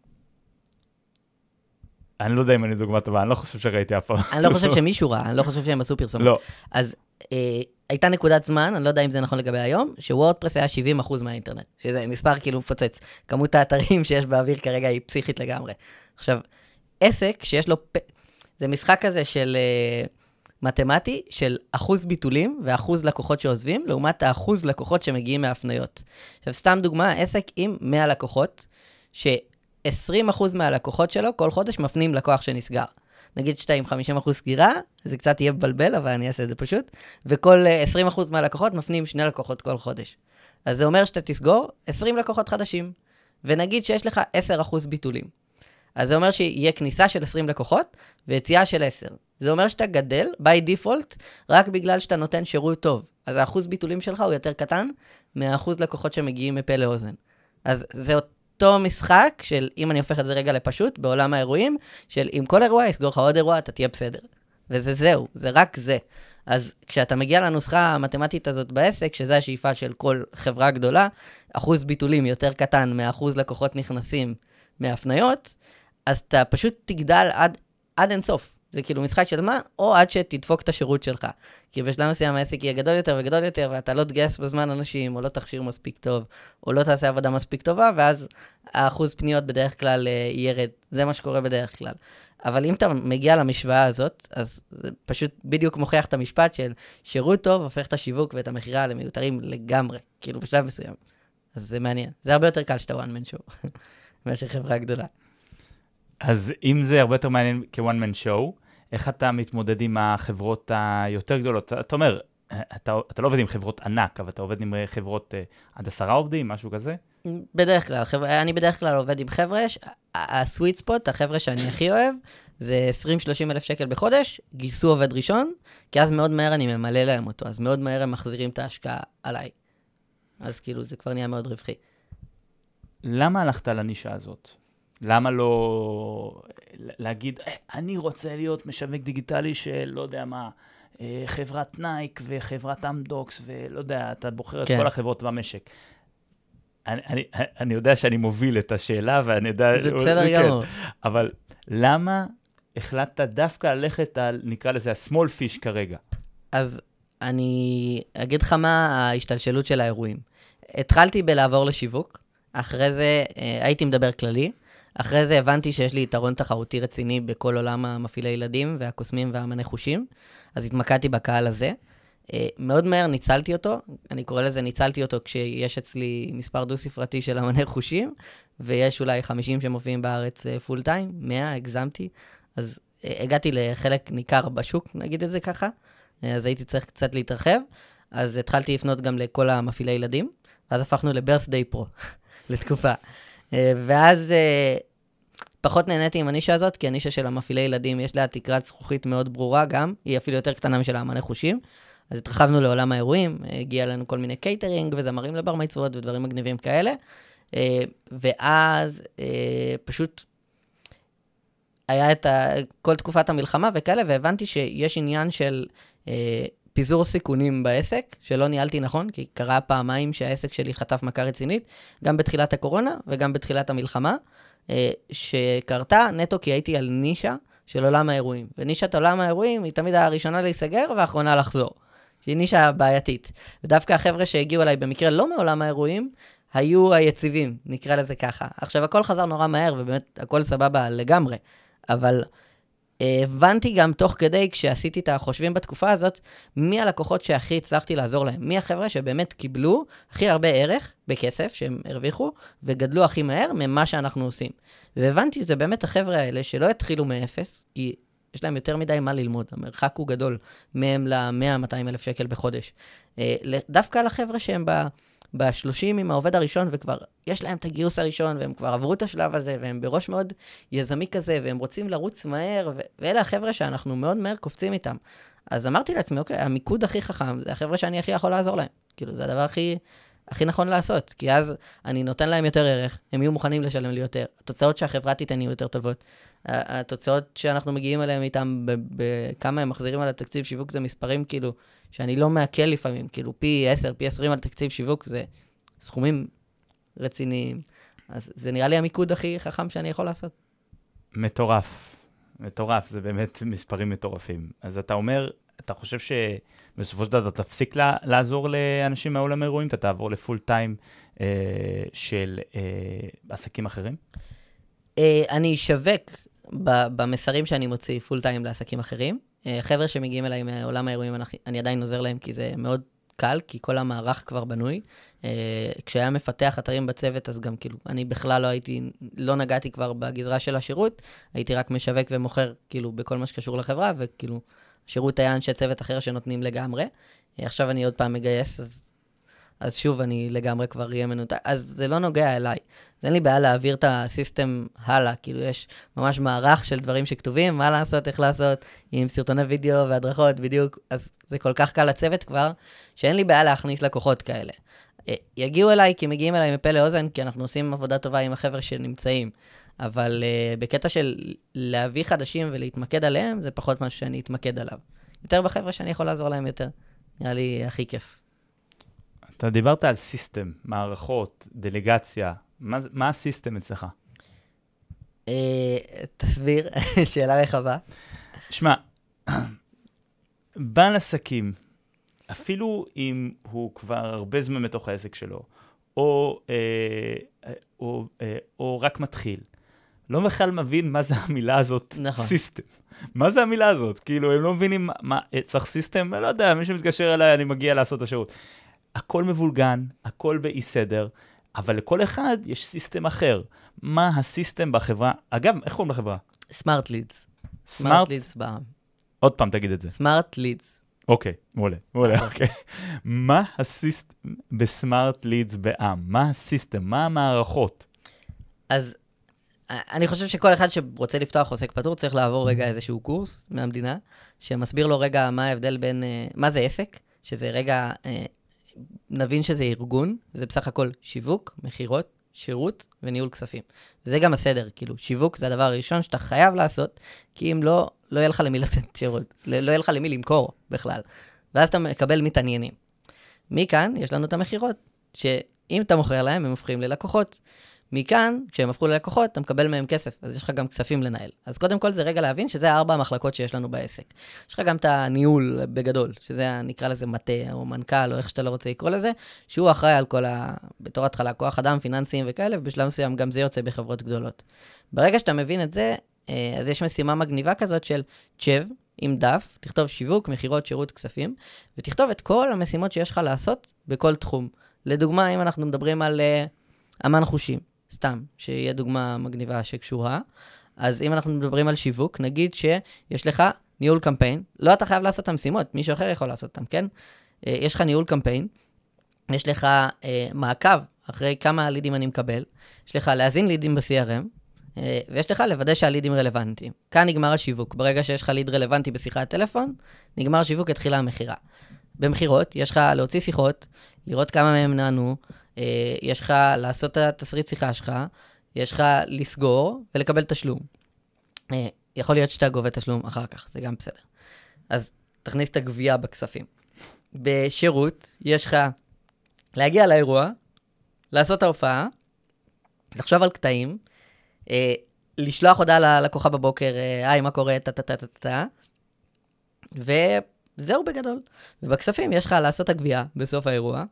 אני לא יודע אם אני דוגמה טובה, אני לא חושב שראיתי אף פעם. אני לא חושב שמישהו ראה, אני לא חושב שהם עשו פרסומות. לא. אז אה, הייתה נקודת זמן, אני לא יודע אם זה נכון לגבי היום, שוורדפרס היה שבעים אחוז מהאינטרנט, שזה מספר כאילו מפוצץ. כמות האתרים שיש באוויר כרגע היא פסיכית לגמרי. עכשיו, עסק שיש לו, פ... זה משחק כזה של אה, מתמטי, של אחוז ביטולים ואחוז לקוחות שעוזבים, לעומת האחוז לקוחות שמגיעים מהפניות. עכשיו, סתם דוגמה, עסק עם מאה לקוחות, ש... עשרים אחוז מהלקוחות שלו, כל חודש מפנים לקוח שנסגר. נגיד שאתה עם חמישים אחוז סגירה, זה קצת יהיה בלבל, אבל אני אעשה את זה פשוט, וכל עשרים אחוז מהלקוחות מפנים שני לקוחות כל חודש. אז זה אומר שאתה תסגור עשרים לקוחות חדשים, ונגיד שיש לך עשרה אחוז ביטולים. אז זה אומר שיהיה כניסה של עשרים לקוחות, ויציאה של עשר. זה אומר שאתה גדל, by default, רק בגלל שאתה נותן שירות טוב. אז האחוז ביטולים שלך הוא יותר קטן, מהאחוז לקוחות שמגיעים מפה לאוזן. אז זה אותו משחק של, אם אני הופך את זה רגע לפשוט, בעולם האירועים, של אם כל אירוע יסגור לך עוד אירוע, אתה תהיה בסדר. וזה זהו, זה רק זה. אז כשאתה מגיע לנוסחה המתמטית הזאת בעסק, שזה השאיפה של כל חברה גדולה, אחוז ביטולים יותר קטן מאחוז לקוחות נכנסים מהפניות, אז אתה פשוט תגדל עד, עד אינסוף. זה כאילו משחק של מה, או עד שתדפוק את השירות שלך. כי בשלב מסוים העסק יהיה גדול יותר וגדול יותר, ואתה לא תגייס בזמן אנשים, או לא תכשיר מספיק טוב, או לא תעשה עבודה מספיק טובה, ואז האחוז פניות בדרך כלל ירד. זה מה שקורה בדרך כלל. אבל אם אתה מגיע למשוואה הזאת, אז זה פשוט בדיוק מוכיח את המשפט של שירות טוב, הופך את השיווק ואת המחירה למיותרים לגמרי, כאילו בשלב מסוים. אז זה מעניין. זה הרבה יותר קל שאתה one man show, מאשר חברה גדולה. אז אם זה הרבה יותר מעניין כ-one man show, איך אתה מתמודד עם החברות היותר גדולות? אתה אומר, אתה, אתה לא עובד עם חברות ענק, אבל אתה עובד עם חברות עד עשרה עובדים, משהו כזה? בדרך כלל, חבר... אני בדרך כלל עובד עם חבר'ה, הסוויט ספוט, החבר'ה שאני הכי אוהב, זה עשרים שלושים אלף שקל בחודש, גייסו עובד ראשון, כי אז מאוד מהר אני ממלא להם אותו, אז מאוד מהר הם מחזירים את ההשקעה עליי. אז כאילו זה כבר נהיה מאוד רווחי. למה הלכת לנישה הזאת? למה לא להגיד, אני רוצה להיות משווק דיגיטלי של לא יודע מה, חברת נייק וחברת אמדוקס, ולא יודע, אתה בוחר את כל החברות במשק. אני, אני, אני יודע שאני מוביל את השאלה, ואני יודע... זה בסדר גמור. אבל למה החלטת דווקא ללכת על, נקרא לזה, ה-small fish כרגע? אז אני אגיד לך מה ההשתלשלות של האירועים. התחלתי בלעבור לשיווק, אחרי זה הייתי מדבר כללי, אחרי זה הבנתי שיש לי יתרון תחרותי רציני בכל עולם המפעילי ילדים והקוסמים והאמני חושים, אז התמקדתי בקהל הזה. מאוד מהר ניצלתי אותו, אני קורא לזה ניצלתי אותו כשיש אצלי מספר דו-ספרתי של אמני חושים, ויש אולי חמישים שמופיעים בארץ פול טיים, מאה, הגזמתי, אז הגעתי לחלק ניכר בשוק, נגיד את זה ככה, אז הייתי צריך קצת להתרחב, אז התחלתי לפנות גם לכל המפעילי ילדים, ואז הפכנו לברסדיי פרו, לתקופה. ואז פחות נהניתי עם הנישה הזאת, כי הנישה של המפעילי ילדים יש לה תקרת זכוכית מאוד ברורה גם, היא אפילו יותר קטנה משל האמני חושים, אז התרחבנו לעולם האירועים, הגיע לנו כל מיני קייטרינג וזמרים לבר מצוות ודברים מגניבים כאלה, ואז פשוט היה את כל תקופת המלחמה וכאלה, והבנתי שיש עניין של פיזור סיכונים בעסק, שלא ניהלתי נכון, כי קרה פעמיים שהעסק שלי חטף מכה רצינית, גם בתחילת הקורונה וגם בתחילת המלחמה, שקרתה נטו כי הייתי על נישה של עולם האירועים. ונישת עולם האירועים היא תמיד הראשונה להיסגר והאחרונה לחזור. שהיא נישה בעייתית. ודווקא החבר'ה שהגיעו אליי במקרה לא מעולם האירועים, היו היציבים, נקרא לזה ככה. עכשיו, הכל חזר נורא מהר, ובאמת הכל סבבה לגמרי. אבל הבנתי גם תוך כדי, כשעשיתי את החושבים בתקופה הזאת, מי הלקוחות שהכי הצלחתי לעזור להם. מי החבר'ה שבאמת קיבלו הכי הרבה ערך בכסף שהם הרוויחו, וגדלו הכי מהר ממה שאנחנו עושים. והבנתי שזה באמת החבר'ה האלה שלא התחילו מאפס, כי יש להם יותר מדי מה ללמוד. המרחק הוא גדול מהם ל-מאה מאתיים אלף שקל בחודש. דווקא לחבר'ה שהם ב-שלושים עם העובד הראשון, וכבר יש להם את הגיוס הראשון, והם כבר עברו את השלב הזה, והם בראש מאוד יזמי כזה, והם רוצים לרוץ מהר, ואלה החבר'ה שאנחנו מאוד מהר קופצים איתם. אז אמרתי לעצמי, אוקיי, המיקוד הכי חכם, זה החבר'ה שאני הכי יכול לעזור להם. כאילו, זה הדבר הכי, הכי נכון לעשות, כי אז אני נותן להם יותר ערך, הם יהיו מוכנים לשלם לי יותר. התוצאות שהחברה תיתן יהיו יותר טובות. התוצאות שאנחנו מגיעים אליהם איתם, בכמה הם מחזירים על התקציב שיווק, זה מספרים כאילו, שאני לא מעכל לפעמים, כאילו פי עשר, פי עשרים על תקציב שיווק, זה סכומים רציניים. אז זה נראה לי המיקוד הכי חכם שאני יכול לעשות. מטורף, מטורף, זה באמת מספרים מטורפים. אז אתה אומר, אתה חושב שבסופו של דבר אתה תפסיק לה, לעזור לאנשים מהעולם האירועים, אתה תעבור לפול טיים אה, של אה, עסקים אחרים? אה, אני אשווק במסרים שאני מוציא פול טיים לעסקים אחרים. חבר'ה שמגיעים אליי מעולם האירועים, אני עדיין עוזר להם, כי זה מאוד קל, כי כל המערך כבר בנוי. כשהיה מפתח אתרים בצוות, אז גם כאילו, אני בכלל לא הייתי, לא נגעתי כבר בגזרה של השירות, הייתי רק משווק ומוכר, כאילו, בכל מה שקשור לחברה, וכאילו, השירות היה אנשי צוות אחר שנותנים לגמרי. עכשיו אני עוד פעם מגייס, אז, אז שוב אני לגמרי כבר אהיה מנותק. אז זה לא נוגע אליי. אז אין לי בעיה להעביר את הסיסטם הלאה, כאילו יש ממש מערך של דברים שכתובים, מה לעשות, איך לעשות, עם סרטוני וידאו והדרכות, בדיוק, אז זה כל כך קל לצוות כבר, שאין לי בעיה להכניס לקוחות כאלה. יגיעו אליי, כי מגיעים אליי מפה לאוזן, כי אנחנו עושים עבודה טובה עם החבר'ה שנמצאים, אבל uh, בקטע של להביא חדשים ולהתמקד עליהם, זה פחות משהו שאני אתמקד עליו. יותר בחבר'ה שאני יכול לעזור להם יותר, נראה לי הכי כיף. אתה דיברת על סיסטם, מערכות, דלגציה, מה, מה הסיסטם אצלך? תסביר, שאלה רחבה. שמע, בעל עסקים, אפילו אם הוא כבר הרבה זמן בתוך העסק שלו, או, אה, או, אה, או רק מתחיל, לא בכלל מבין מה זה המילה הזאת, נכון. סיסטם. מה זה המילה הזאת? כאילו, הם לא מבינים מה, צריך סיסטם? לא יודע, מי שמתקשר אליי, אני מגיע לעשות את השירות. הכל מבולגן, הכל באי סדר, אבל לכל אחד יש סיסטם אחר. מה הסיסטם בחברה? אגב, איך קוראים לחברה? סמארט לידס. סמארט לידס בעם. עוד פעם תגיד את זה. סמארט לידס. אוקיי, מעולה, מעולה, אוקיי. מה הסיסטם בסמארט לידס בעם? מה הסיסטם? מה המערכות? אז אני חושב שכל אחד שרוצה לפתוח עוסק פטור צריך לעבור רגע איזשהו קורס מהמדינה, שמסביר לו רגע מה ההבדל בין, מה זה עסק, שזה רגע, נבין שזה ארגון, זה בסך הכל שיווק, מחירות, שירות וניהול כספים. וזה גם הסדר, כאילו, שיווק זה הדבר הראשון שאתה חייב לעשות, כי אם לא, לא יהיה לך למי לתת שירות, לא יהיה לך למי למכור בכלל. ואז אתה מקבל מתעניינים. מכאן יש לנו את המחירות, אם אתה מוכר להם, הם הופכים ללקוחות. מכאן, כשהם הפכו ללקוחות, אתה מקבל מהם כסף, אז יש לך גם כספים לנהל. אז קודם כל זה רגע להבין שזה ארבע המחלקות שיש לנו בעסק. יש לך גם את הניהול בגדול, שזה נקרא לזה מטה, או מנכ"ל, או איך שאתה לא רוצה לקרוא לזה, שהוא אחראי על כל ה... בתור התחלה, כוח אדם, פיננסיים וכאלה, ובשלב מסוים גם זה יוצא בחברות גדולות. ברגע שאתה מבין את זה, אז יש משימה מגניבה כזאת של צ'ב, עם דף, תכתוב שיווק, מחירות, שירות, כספים, ותכתוב את כל המשימות שיש לך לעשות בכל תחום. לדוגמה, אם אנחנו מדברים על uh, אמן חושים, סתם, שיהיה דוגמה מגניבה שקשורה, אז אם אנחנו מדברים על שיווק, נגיד שיש לך ניהול קמפיין, לא אתה חייב לעשות את המשימות, מישהו אחר יכול לעשות אותם, כן? Uh, יש לך ניהול קמפיין, יש לך uh, מעקב אחרי כמה לידים אני מקבל, יש לך להזין לידים ב-סי אר אם, ויש לך לוודא שהלידים רלוונטיים. כאן נגמר השיווק. ברגע שיש לך ליד רלוונטי בשיחת טלפון, נגמר השיווק, התחילה המחירה. במחירות, יש לך להוציא שיחות, לראות כמה מהם נענו, יש לך לעשות את התסריט שיחה שלך, יש לך לסגור ולקבל תשלום. יכול להיות שאתה גובה תשלום אחר כך, זה גם בסדר. אז תכניס את הגבייה בכספים. בשירות, יש לך להגיע לאירוע, לעשות ההופעה, לחשוב על קטעים, אה, לשלוח הודעה ללקוחה בבוקר, היי, מה קורה, טה-טה-טה-טה, וזהו בגדול. ובכספים יש לך לעשות הגבייה בסוף האירוע,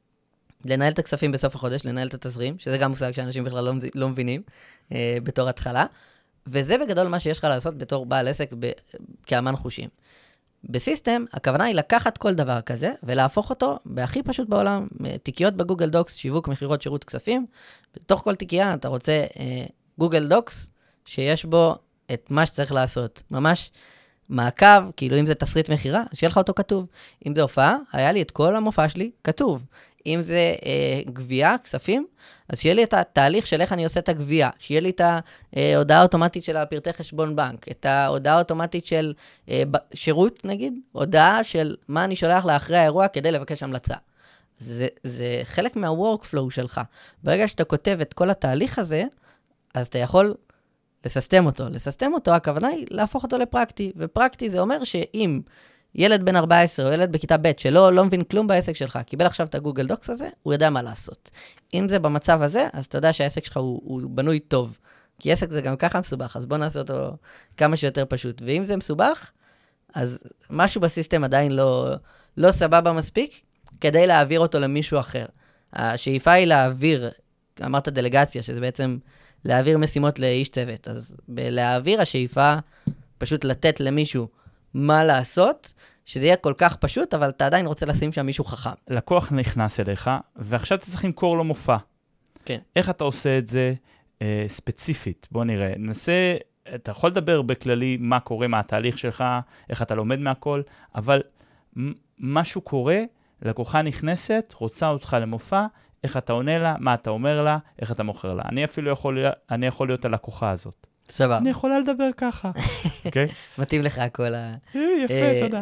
לנהל את הכספים בסוף החודש, לנהל את התזרים, שזה גם מושג שאנשים בכלל לא, לא מבינים, אה, בתור התחלה, וזה בגדול מה שיש לך לעשות בתור בעל עסק ב- כאמן חושים. בסיסטם, הכוונה היא לקחת כל דבר כזה, ולהפוך אותו בהכי פשוט בעולם, תיקיות בגוגל דוקס, שיווק, מחירות, שירות, כספים, בתוך כל תיקייה אתה רוצה אה, גוגל דוקס, שיש בו את מה שצריך לעשות. ממש מעקב, כאילו אם זה תסריט מחירה, שיהיה לך אותו כתוב. אם זה הופעה, היה לי את כל המופע שלי כתוב. אם זה אה, גבייה, כספים, אז שיהיה לי את התהליך של איך אני עושה את הגבייה, שיהיה לי את ההודעה האוטומטית של הפרטי חשבון בנק, את ההודעה האוטומטית של אה, שירות, נגיד, הודעה של מה אני שולח לאחרי האירוע כדי לבקש המלצה. זה, זה חלק מה-workflow שלך. ברגע שאתה כותב את כל התהליך הזה, אז אתה יכול לססטם אותו. לססטם אותו, הכוונה היא להפוך אותו לפרקטי, ופרקטי זה אומר שאם ילד בן ארבע עשרה או ילד בכיתה ב' שלא לא מבין כלום בעסק שלך, קיבל עכשיו את הגוגל דוקס הזה, הוא יודע מה לעשות. אם זה במצב הזה, אז אתה יודע שהעסק שלך הוא, הוא בנוי טוב. כי עסק זה גם ככה מסובך, אז בוא נעשה אותו כמה שיותר פשוט. ואם זה מסובך, אז משהו בסיסטם עדיין לא, לא סבבה מספיק, כדי להעביר אותו למישהו אחר. השאיפה היא להעביר, אמרת דלגציה, שזה בעצם להעביר משימות לאיש צוות. אז בלהעביר השאיפה, פשוט לתת למישהו מה לעשות, שזה יהיה כל כך פשוט, אבל אתה עדיין רוצה לשים שם מישהו חכם. לקוח נכנס אליך, ועכשיו אתה צריך למכור לו מופע. כן. איך אתה עושה את זה אה, ספציפית? בוא נראה. ננסה, אתה יכול לדבר בכללי מה קורה, מה התהליך שלך, איך אתה לומד מהכל, אבל משהו קורה, לקוחה נכנסת, רוצה אותך למופע, איך אתה עונה לה, מה אתה אומר לה, איך אתה מוכר לה. אני אפילו יכול, אני יכול להיות הלקוחה הזאת. סבבה. אני יכולה לדבר ככה. אוקיי? מתאים לך הכל ה... יפה, תודה.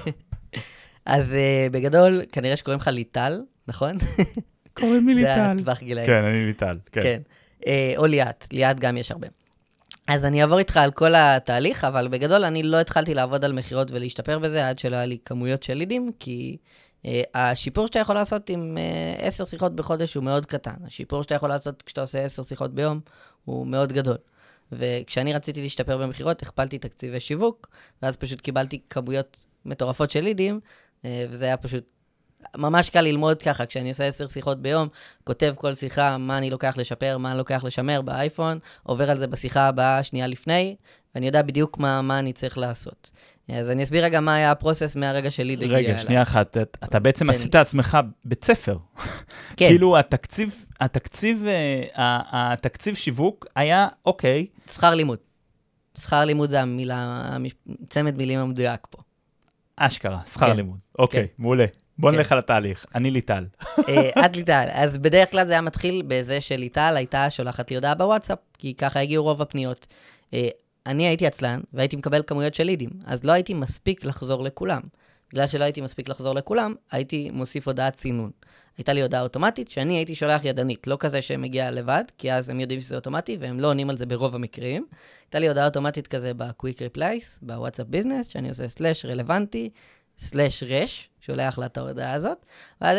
אז בגדול, כנראה שקוראים לך ליטל, נכון? קוראים לי ליטל. זה הטווח גילאים. כן, אני ליטל. כן. או ליאת, ליאת גם יש הרבה. אז אני אעבור איתך על כל התהליך, אבל בגדול אני לא התחלתי לעבוד על מחירות ולהשתפר בזה, עד שלא היה לי כמויות של לידים, כי השיפור שאתה יכול לעשות עם עשר שיחות בחודש הוא מאוד קטן. השיפור שאתה יכול לעשות כשאתה עושה עשר שיחות ביום הוא מאוד גדול. וכשאני רציתי להשתפר במחירות, הכפלתי תקציבי שיווק, ואז פשוט קיבלתי כמויות מטורפות של לידים, וזה היה פשוט ממש קל ללמוד ככה, כשאני עושה עשר שיחות ביום, כותב כל שיחה מה אני לוקח לשפר, מה אני לוקח לשמר באייפון, עובר על זה בשיחה הבאה שנייה לפני, ואני יודע בדיוק מה, מה אני צריך לעשות. אז אני אסביר רגע מה היה הפרוסס מהרגע שלי דגיע. רגע, שנייה אחת, אתה בעצם עשית עצמך בית ספר. כן. כאילו התקציב, התקציב, התקציב שיווק היה אוקיי. שכר לימוד. שכר לימוד זה המילה, צמד מילים המדויק פה. אשכרה, שכר לימוד. אוקיי, מעולה. בוא נלך על התהליך, אני ליטל. את ליטל, אז בדרך כלל זה היה מתחיל בזה שליטל הייתה שולחת לי הודעה בוואטסאפ, כי ככה הגיעו רוב הפניות. אני הייתי עצלן, והייתי מקבל כמויות של לידים, אז לא הייתי מספיק לחזור לכולם. בגלל שלא הייתי מספיק לחזור לכולם, הייתי מוסיף הודעת צינון. הייתה לי הודעה אוטומטית, שאני הייתי שולח ידנית, לא כזה שמגיע לבד, כי אז הם יודעים שזה אוטומטי, והם לא עונים על זה ברוב המקרים. הייתה לי הודעה אוטומטית כזה ב-Quick Replies, בוואטסאפ ביזנס, שאני עושה סלש רלוונטי, סלש רש, שולח לה את ההודעה הזאת, ואז יש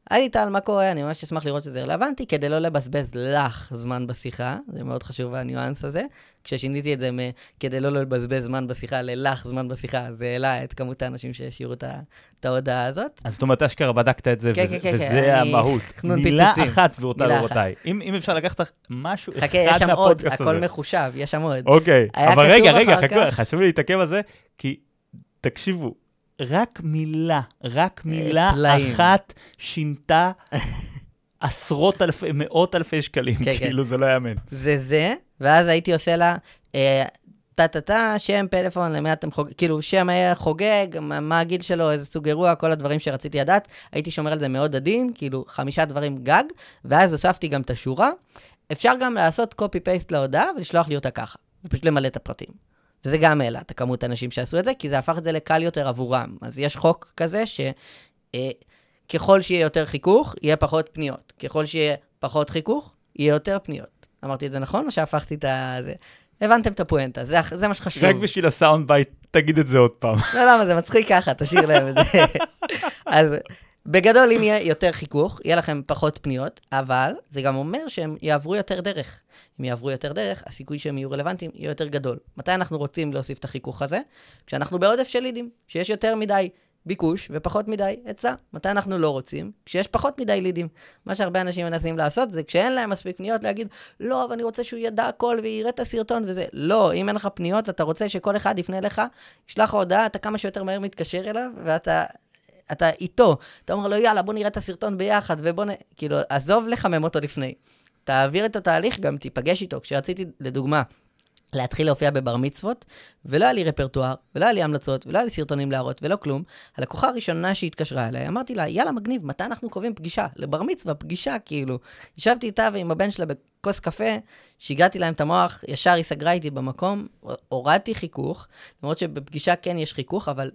היי טל, מה קורה? אני ממש אשמח לראות שזה רלוונטי, כדי לא לבזבז לך זמן בשיחה, זה מאוד חשוב הניואנס הזה. כששיניתי את זה כדי לא לבזבז זמן בשיחה, ללך זמן בשיחה, זה העלה את כמות האנשים שהשאירו את ההודעה הזאת. אז זאת אומרת, אשכרה בדקת את זה, כן, וזה, כן, וזה כן, המהות. אני... מילה פיצוצים. אחת, ואותה מילה לרותיי. אם, אם אפשר לקחת משהו חכה, אחד יש שם עוד, מהפודקאסט הזה. הכל מחושב, יש שם עוד. אוקיי, היה אבל כתוב רגע, רגע, אחר חכו, כך- חשוב לי להתעכב על זה, כי תקשיבו, רק מילה, רק מילה פלאים. אחת שינתה עשרות אלפי, מאות אלפי שקלים, כן, כאילו זה לא יאמן. זה זה, ואז הייתי עושה לה, אה, טה-טה-טה, שם, פלאפון, למי אתם חוגג, כאילו שם היה חוגג, מה, מה הגיל שלו, איזה סוג אירוע, כל הדברים שרציתי לדעת, הייתי שומר על זה מאוד עדין, כאילו חמישה דברים גג, ואז הוספתי גם את השורה. אפשר גם לעשות קופי-פייסט להודעה ולשלוח לי אותה ככה, ופשוט למלא את הפרטים. וזה גם העלה את הכמות האנשים שעשו את זה, כי זה הפך את זה לקל יותר עבורם. אז יש חוק כזה שככל שיהיה יותר חיכוך, יהיה פחות פניות. ככל שיהיה פחות חיכוך, יהיה יותר פניות. אמרתי את זה נכון, או שהפכתי את זה? הבנתם את הפואנטה, זה, זה מה שחשוב. רק בשביל הסאונד בייט, תגיד את זה עוד פעם. לא, למה, זה מצחיק ככה, תשאיר להם את זה. אז בגדול, אם יהיה יותר חיכוך, יהיה לכם פחות פניות, אבל זה גם אומר שהם יעברו יותר דרך. אם יעברו יותר דרך, הסיכוי שהם יהיו רלוונטיים יהיה יותר גדול. מתי אנחנו רוצים להוסיף את החיכוך הזה? כשאנחנו בעודף של לידים, שיש יותר מדי ביקוש ופחות מדי היצע. מתי אנחנו לא רוצים? כשיש פחות מדי לידים. מה שהרבה אנשים מנסים לעשות זה כשאין להם מספיק פניות להגיד, לא, אבל אני רוצה שהוא ידע הכל ויראה את הסרטון וזה. לא, אם אין לך פניות, אתה רוצה שכל אחד יפנה לך, ישלח הודעה, אתה כמה שיותר מהר מתקשר אליו, ואתה אתה איתו. אתה אומר לו, יאללה, בוא נראה את הסרטון ביחד, ובוא נ... כאילו, עזוב לחמם אותו לפני. תעביר את התהליך, גם תיפגש איתו. כשרציתי, לדוגמה, להתחיל להופיע בבר מצוות, ולא היה לי רפרטואר, ולא היה לי המלצות, ולא היה לי סרטונים להראות, ולא כלום. הלקוחה הראשונה שהתקשרה אליי, אמרתי לה, יאללה, מגניב, מתי אנחנו קובעים פגישה? לבר מצווה, פגישה, כאילו. ישבתי איתה ועם הבן שלה בכוס קפה, שיגעתי להם את המוח, ישר היא סגרה איתי במקום, הורדתי חיכוך, למרות שבפגישה כן יש חיכוך, אבל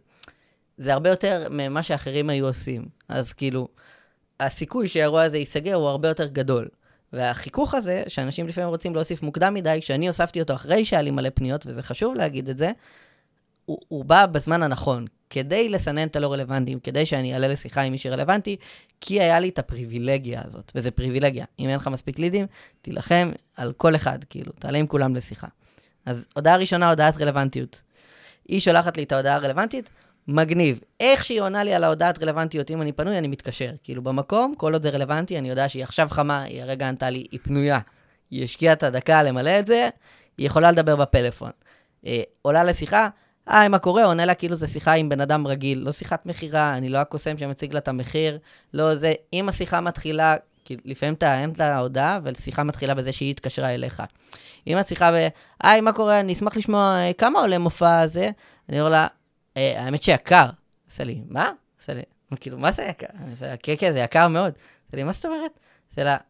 זה הרבה יותר ממה שאחרים היו עושים. אז כאילו, הסיכוי שהאירוע הזה ייסגר הוא הרבה יותר גדול. והחיכוך הזה, שאנשים לפעמים רוצים להוסיף מוקדם מדי, כשאני הוספתי אותו אחרי שהיה לי מלא פניות, וזה חשוב להגיד את זה, הוא, הוא בא בזמן הנכון, כדי לסנן את הלא רלוונטיים, כדי שאני אעלה לשיחה עם מי שרלוונטי, כי היה לי את הפריבילגיה הזאת, וזה פריבילגיה. אם אין לך מספיק לידים, תילחם על כל אחד, כאילו, תעלה עם כולם לשיחה. אז הודעה ראשונה, הודעת רלוונטיות. היא שולחת לי את ההודעה הרלוונטית, מגניב. איך שהיא עונה לי על ההודעת רלוונטיות, אם אני פנוי, אני מתקשר. כאילו במקום, כל עוד זה רלוונטי, אני יודע שהיא עכשיו חמה, היא הרגע ענתה לי, היא פנויה. היא השקיעה את הדקה למלא את זה, היא יכולה לדבר בפלאפון. אה, עולה לשיחה, אה, מה קורה? עונה לה כאילו זה שיחה עם בן אדם רגיל, לא שיחת מחירה, אני לא הקוסם שמציג לה את המחיר, לא זה, אם השיחה מתחילה, כי לפעמים תענת לה ההודעה, ושיחה מתחילה בזה שהיא התקשרה אליך. אם השיחה ב, אה, מה קורה? אני אשמח לשמוע כמה עולה מופע הזה. אני אומר לה, האמת שיקר. עושה לי, מה? עושה לי, כאילו, מה זה יקר? אני עושה לה, כן, כן, זה יקר מאוד. עושה לי, מה זאת אומרת? עושה לה,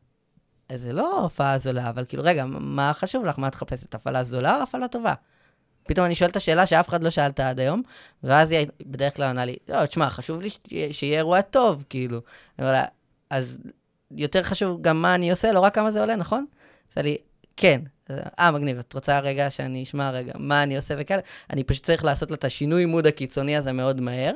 זה לא הפעלה זולה, אבל כאילו, רגע, מה חשוב לך? מה את חפשת? הפעלה זולה או הפעלה טובה? פתאום אני שואל את השאלה שאף אחד לא שאלת עד היום, ואז היא בדרך כלל עונה לי, לא, תשמע, חשוב לי שיהיה אירוע טוב, כאילו. אני אומר לה, אז יותר חשוב גם מה אני עושה, לא רק כמה זה עולה, נכון? עושה לי, כן. אה, מגניב, את רוצה רגע שאני אשמע רגע מה אני עושה וכאלה? אני פשוט צריך לעשות לה את השינוי מוד הקיצוני הזה מאוד מהר,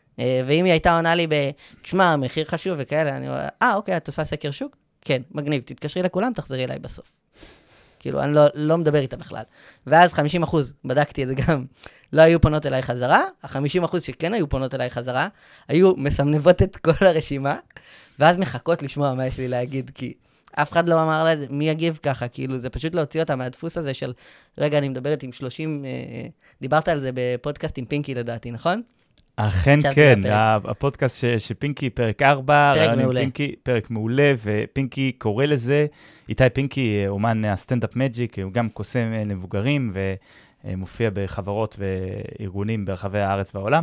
ואם היא הייתה עונה לי תשמע, מחיר חשוב וכאלה, אני אומר, אה, אוקיי, את עושה סקר שוק? כן, מגניב, תתקשרי לכולם, תחזרי אליי בסוף. כאילו, אני לא, לא מדבר איתה בכלל. ואז חמישים אחוז, בדקתי את זה גם, לא היו פונות אליי חזרה, ה-חמישים אחוז שכן היו פונות אליי חזרה, היו מסמנבות את כל הרשימה, ואז מחכות לשמוע מה יש לי להגיד, כי אף אחד לא אמר לה, מי יגיב ככה, כאילו, זה פשוט להוציא אותה מהדפוס הזה של, רגע, אני מדברת עם שלושים, אה, דיברת על זה בפודקאסט עם פינקי לדעתי, נכון? אכן כן, הפודקאסט שפינקי, פרק ארבע, פרק מעולה. פינקי, פרק מעולה, ופינקי קורא לזה, איתי פינקי, אומן הסטנדאפ מג'יק, הוא גם קוסם למבוגרים, ומופיע בחברות וארגונים ברחבי הארץ והעולם,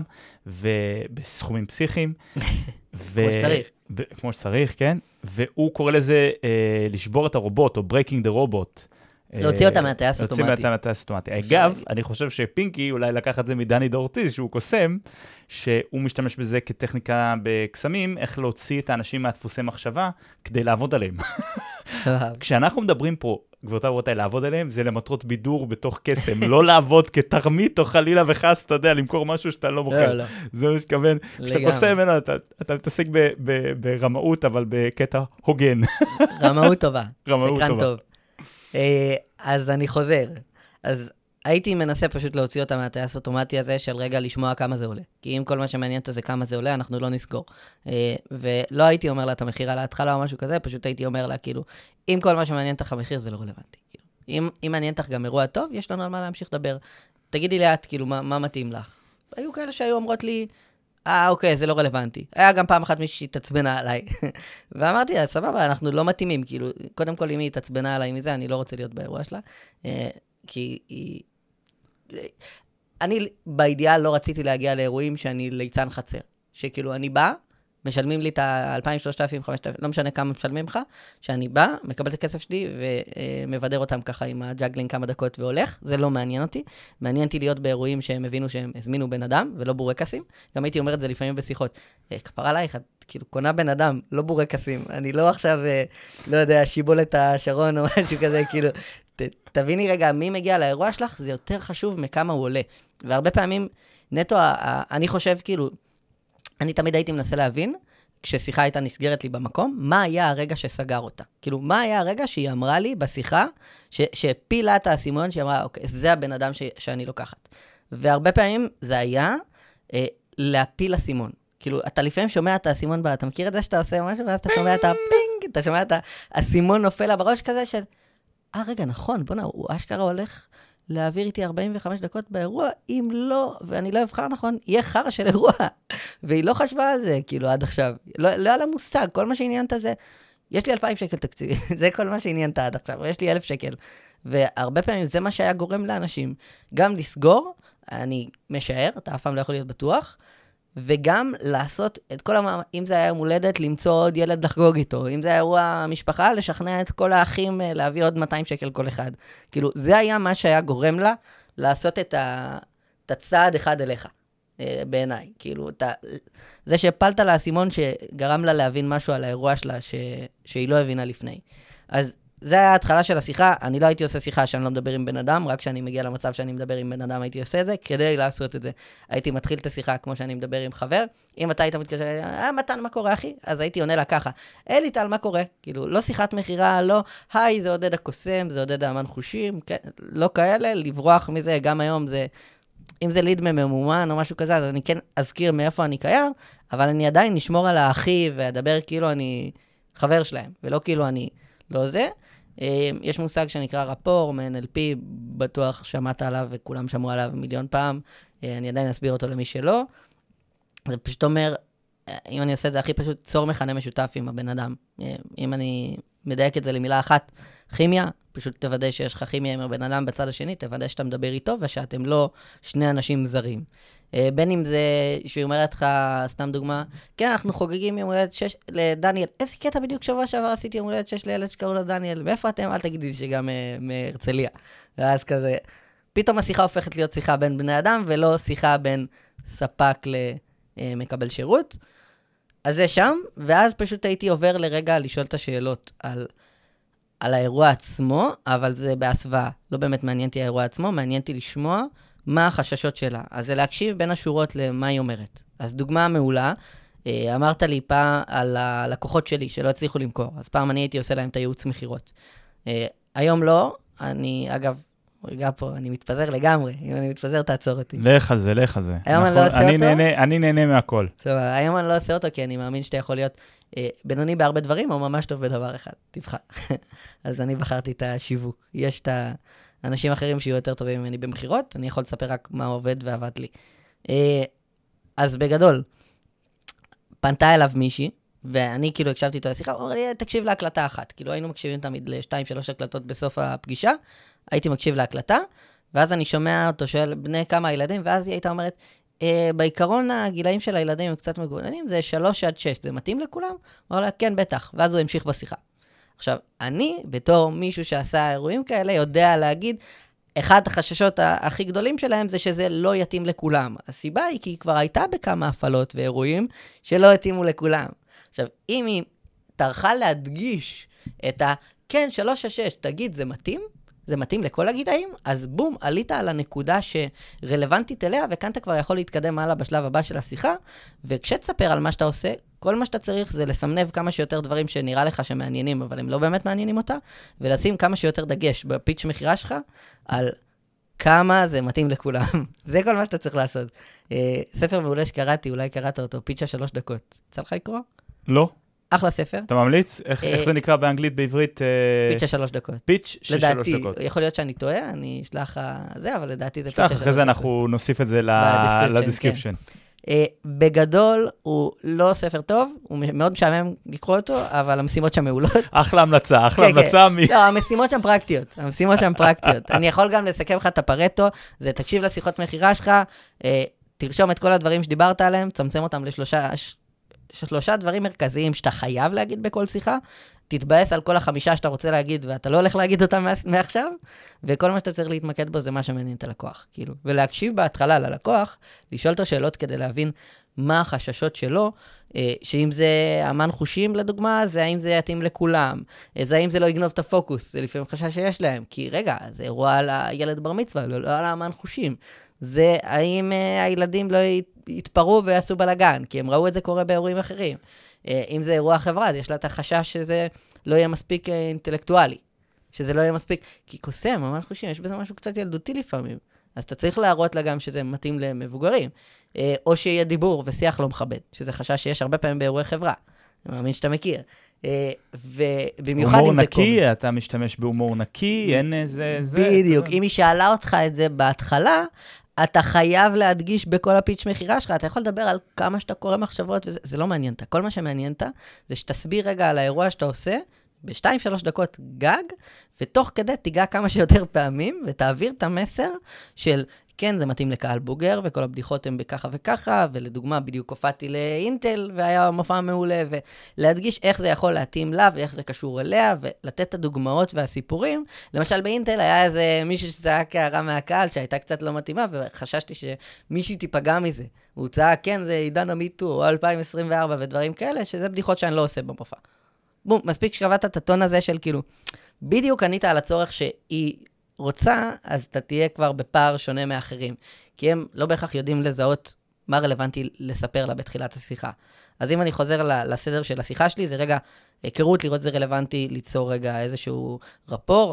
ובסכומים פסיכיים. כמו שצריך. כמו שצריך, כן. והוא קורא לזה לשבור את הרובוט, או breaking the robot. להוציא אותה מהטייס אוטומטי. להוציא אותה מהטייס אוטומטי. אגב, אני חושב שפינקי אולי לקח את זה מדני דורטיז, שהוא קוסם, שהוא משתמש בזה כטכניקה בקסמים, איך להוציא את האנשים מהדפוסי מחשבה, כדי לעבוד עליהם. כשאנחנו מדברים פה, גבירותיי ורבותיי, לעבוד עליהם, זה למטרות בידור בתוך קסם, לא לעבוד כתרמית או חלילה וחס, אתה יודע, למכור משהו שאתה לא מוכר. לא, לא. זה מה שכוון. כשאתה קוסם ממנו, אתה, אתה מתעסק ב, ב, ברמאות, אבל בקטע הוגן. רמאות טובה. רמאות שקרן טובה. טוב. אה, אז אני חוזר. אז הייתי מנסה פשוט להוציא אותה מהטייס אוטומטי הזה של רגע לשמוע כמה זה עולה. כי אם כל מה שמעניין אותה זה כמה זה עולה, אנחנו לא נסגור. אה, ולא הייתי אומר לה את המחיר על ההתחלה או משהו כזה, פשוט הייתי אומר לה, כאילו, אם כל מה שמעניין אותך המחיר זה לא רלוונטי. כאילו. אם, אם מעניין אותך גם אירוע טוב, יש לנו על מה להמשיך לדבר. תגידי לאט, כאילו, מה, מה מתאים לך? היו כאלה שהיו אומרות לי, אה, אוקיי, זה לא רלוונטי. היה גם פעם אחת מישהי תצבנה עליי. ואמרתי, סבבה, אנחנו לא מתאימים. כאילו, קודם כל, אם היא תצבנה עליי מזה, אני לא רוצה להיות באירוע שלה. אה, כי היא... אני באידיאל לא רציתי להגיע לאירועים שאני ליצן חצר. שכאילו אני בא, משלמים לי את ה-אלפיים, שלושת אלפים, חמשת אלפים, לא משנה כמה משלמים לך, שאני בא, מקבל את הכסף שלי ומבדר אותם ככה עם הג'אגלינג כמה דקות והולך, זה לא מעניין אותי. מעניין אותי להיות באירועים שהם הבינו שהם הזמינו בן אדם ולא בורקסים. גם הייתי אומר את זה לפעמים בשיחות. כפרה עלייך, את כאילו קונה בן אדם, לא בורקסים. אני לא עכשיו, לא יודע, שיבול את השרון או משהו כזה, כאילו... ת, תביני רגע, מי מגיע לאירוע שלך, זה יותר חשוב מכמה הוא עולה. והרבה פעמים, נטו, אני חושב, כאילו, אני תמיד הייתי מנסה להבין, כששיחה הייתה נסגרת לי במקום, מה היה הרגע שסגר אותה? כאילו, מה היה הרגע שהיא אמרה לי בשיחה, שפילה את האסימון, שהיא אמרה, אוקיי, זה הבן אדם ש, שאני לוקחת. והרבה פעמים זה היה אה, להפיל אסימון. כאילו, אתה לפעמים שומע את האסימון, אתה מכיר את זה שאתה עושה משהו, ואז אתה שומע את הפינג, אתה שומע את האסימון נופל לה בראש כזה של... אה, רגע, נכון, בוא נה, הוא אשכרה הולך להעביר איתי ארבעים וחמש דקות באירוע, אם לא, ואני לא אבחר נכון, יהיה חרא של אירוע. והיא לא חשבה על זה, כאילו, עד עכשיו. לא, לא היה לה מושג, כל מה שעניינת זה, יש לי אלפיים שקל תקציב, זה כל מה שעניינת עד עכשיו, יש לי אלף שקל. והרבה פעמים זה מה שהיה גורם לאנשים, גם לסגור, אני משער, אתה אף פעם לא יכול להיות בטוח, וגם לעשות את כל המאמץ, אם זה היה יום הולדת, למצוא עוד ילד לחגוג איתו, אם זה היה אירוע המשפחה, לשכנע את כל האחים להביא עוד מאתיים שקל כל אחד. כאילו, זה היה מה שהיה גורם לה, לעשות את, ה... את הצעד אחד אליך, בעיניי. כאילו, אתה... זה שהפלת לה אסימון שגרם לה להבין משהו על האירוע שלה, ש... שהיא לא הבינה לפני. אז זה היה ההתחלה של השיחה, אני לא הייתי עושה שיחה שאני לא מדבר עם בן אדם, רק כשאני מגיע למצב שאני מדבר עם בן אדם הייתי עושה את זה, כדי לעשות את זה. הייתי מתחיל את השיחה כמו שאני מדבר עם חבר, אם אתה היית מתקשר, אה, מתן, מה קורה, אחי? אז הייתי עונה לה ככה, אלי טל, מה קורה? כאילו, לא שיחת מחירה, לא, היי, זה עודד הקוסם, זה עודד האמן חושים, כן, לא כאלה, לברוח מזה, גם היום זה, אם זה ליד ממומן או משהו כזה, אז אני כן אזכיר מאיפה אני קיים, אבל אני עדיין נשמור על האחי ואדבר כאילו אני חבר שלהם, ולא כאילו אני לא זה. יש מושג שנקרא רפור, מ-אן אל פי, בטוח שמעת עליו וכולם שמעו עליו מיליון פעם, אני עדיין אסביר אותו למי שלא. זה פשוט אומר, אם אני עושה את זה הכי פשוט, צור מכנה משותף עם הבן אדם. אם אני מדייק את זה למילה אחת, כימיה, פשוט תוודא שיש לך כימיה עם הבן אדם בצד השני, תוודא שאתה מדבר איתו ושאתם לא שני אנשים זרים. בין אם זה, שהיא אומרת לך, סתם דוגמה, כן, אנחנו חוגגים יום הולדת שש לדניאל. איזה קטע בדיוק שבוע שעבר עשיתי יום הולדת שש לילד שקראו לו דניאל. מאיפה אתם? אל תגידי שגם מהרצליה. ואז כזה, פתאום השיחה הופכת להיות שיחה בין בני אדם, ולא שיחה בין ספק למקבל שירות. אז זה שם, ואז פשוט הייתי עובר לרגע לשאול את השאלות על, על האירוע עצמו, אבל זה בהסוואה. לא באמת מעניינתי האירוע עצמו, מעניינתי לשמוע מה החששות שלה. אז זה להקשיב בין השורות למה היא אומרת. אז דוגמה מעולה, אמרת לי פעם על הלקוחות שלי שלא הצליחו למכור, אז פעם אני הייתי עושה להם את הייעוץ מחירות. היום לא, אני, אגב, רגע פה, אני מתפזר לגמרי, אם אני מתפזר תעצור אותי. לך על זה, לך על זה. היום נכון, אני לא עושה אני אותו? נהנה, אני נהנה מהכל. טוב, היום אני לא עושה אותו, כי אני מאמין שאתה יכול להיות אה, בינוני בהרבה דברים, או ממש טוב בדבר אחד, תבחר. אז אני בחרתי את השיווק. יש את האנשים אחרים שיהיו יותר טובים ממני במחירות, אני יכול לספר רק מה עובד ועבד לי. אה, אז בגדול, פנתה אליו מישהי, ואני כאילו הקשבתי את השיחה, הוא אומר לי, תקשיב להקלטה אחת. כאילו היינו מקשיבים תמיד לשתיים, שלוש הקלטות בסוף הפגישה, הייתי מקשיב להקלטה, ואז אני שומע אותו שואל בני כמה ילדים, ואז היא הייתה אומרת, אה, בעיקרון הגילאים של הילדים הם קצת מגוונים, זה שלוש עד שש, זה מתאים לכולם? הוא אומר לה, כן, בטח, ואז הוא המשיך בשיחה. עכשיו, אני, בתור מישהו שעשה אירועים כאלה, יודע להגיד, אחד החששות הכי גדולים שלהם זה שזה לא יתאים לכולם. הסיבה היא כי היא כבר הייתה בכמה הפעלות ואירועים שלא יתאימו לכולם. עכשיו, אם היא טרחה להדגיש את כן, שלוש עד שש, תגיד, זה מתאים? זה מתאים לכל הגילאים? אז בום, עלית על הנקודה שרלוונטית אליה, וכאן אתה כבר יכול להתקדם הלאה בשלב הבא של השיחה, וכשתספר על מה שאתה עושה, כל מה שאתה צריך זה לסמנב כמה שיותר דברים שנראה לך שמעניינים, אבל הם לא באמת מעניינים אותה, ולשים כמה שיותר דגש בפיץ' מחירה שלך, על כמה זה מתאים לכולם. זה כל מה שאתה צריך לעשות. ספר מעולה שקראתי, אולי קראת אותו, פיץ' שלוש דקות. יצא לך לקרוא? לא. אחלה ספר. אתה ממליץ? איך, איך זה נקרא באנגלית, בעברית? פיץ' של שלוש דקות. פיץ' של שלוש דקות. לדעתי, יכול להיות שאני טועה, אני אשלח זה, אבל לדעתי זה פיץ' של שלח, שלוש דקות. אחרי זה אנחנו נוסיף את זה לדיסקריפשן. בגדול, הוא לא ספר טוב, הוא מאוד משעמם לקרוא אותו, אבל המשימות שם מעולות. אחלה המלצה, אחלה המלצה. לא, המשימות שם פרקטיות, המשימות שם פרקטיות. אני יכול גם לסכם לך את הפרטו, זה תקשיב לשיחות מחירה שלך, תרשום את כל הדברים שדיברת עליהם, צמצם אותם לשלושה שלושה דברים מרכזיים שאתה חייב להגיד בכל שיחה, תתבאס על כל החמישה שאתה רוצה להגיד, ואתה לא הולך להגיד אותם מעכשיו, וכל מה שאתה צריך להתמקד בו זה מה שמעניין את הלקוח, כאילו. ולהקשיב בהתחלה ללקוח, לשאול את השאלות כדי להבין מה החששות שלו, שאם זה אמן חושים לדוגמה, זה האם זה יתאים לכולם, זה האם זה לא יגנוב את הפוקוס, זה לפעמים חשש שיש להם, כי רגע, זה אירוע על הילד בר מצווה, לא, לא על האמן חושים. זה האם הילדים לא יתפרו ויעשו בלגן, כי הם ראו את זה קורה באירועים אחרים. אם זה אירוע חברה, אז יש לה את החשש שזה לא יהיה מספיק אינטלקטואלי, שזה לא יהיה מספיק, כי קוסם, אמן חושים, יש בזה משהו קצת ילדותי לפעמים. אז אתה צריך להראות לה גם שזה מתאים למבוגרים, או שיהיה דיבור ושיח לא מכבד, שזה חשש שיש הרבה פעמים באירועי חברה. אני מאמין שאתה מכיר. ובמיוחד אם זה קומי. נקי, אתה משתמש בהומור נקי, אין איזה... בדיוק, אם היא שאלה אותך את זה בהתחלה, אתה חייב להדגיש בכל הפיץ' מחירה שלך, אתה יכול לדבר על כמה שאתה קורא מחשבות, וזה לא מעניין. כל מה שמעניין זה שתסביר רגע על האירוע שאתה עושה, בשתיים, שלוש דקות גג, ותוך כדי תיגע כמה שיותר פעמים, ותעביר את המסר של, כן, זה מתאים לקהל בוגר, וכל הבדיחות הן בככה וככה, ולדוגמה, בדיוק הופעתי לאינטל, והיה מופע מעולה, ולהדגיש איך זה יכול להתאים לה, ואיך זה קשור אליה, ולתת את הדוגמאות והסיפורים. למשל, באינטל היה איזה מישהו שצעק הערה מהקהל, שהייתה קצת לא מתאימה, וחששתי שמישהי תיפגע מזה. הוא צעק, כן, זה עידן המיטו, או אלפיים עשרים וארבע, ודברים כאלה, שזה בדיחות שאני לא עושה במופע. בום, מספיק שקבעת את הטון הזה של כאילו, בדיוק ענית על הצורך שהיא רוצה, אז אתה תהיה כבר בפער שונה מאחרים. כי הם לא בהכרח יודעים לזהות מה רלוונטי לספר לה בתחילת השיחה. אז אם אני חוזר לסדר של השיחה שלי, זה רגע, היכרות לראות זה רלוונטי, ליצור רגע איזשהו רפור,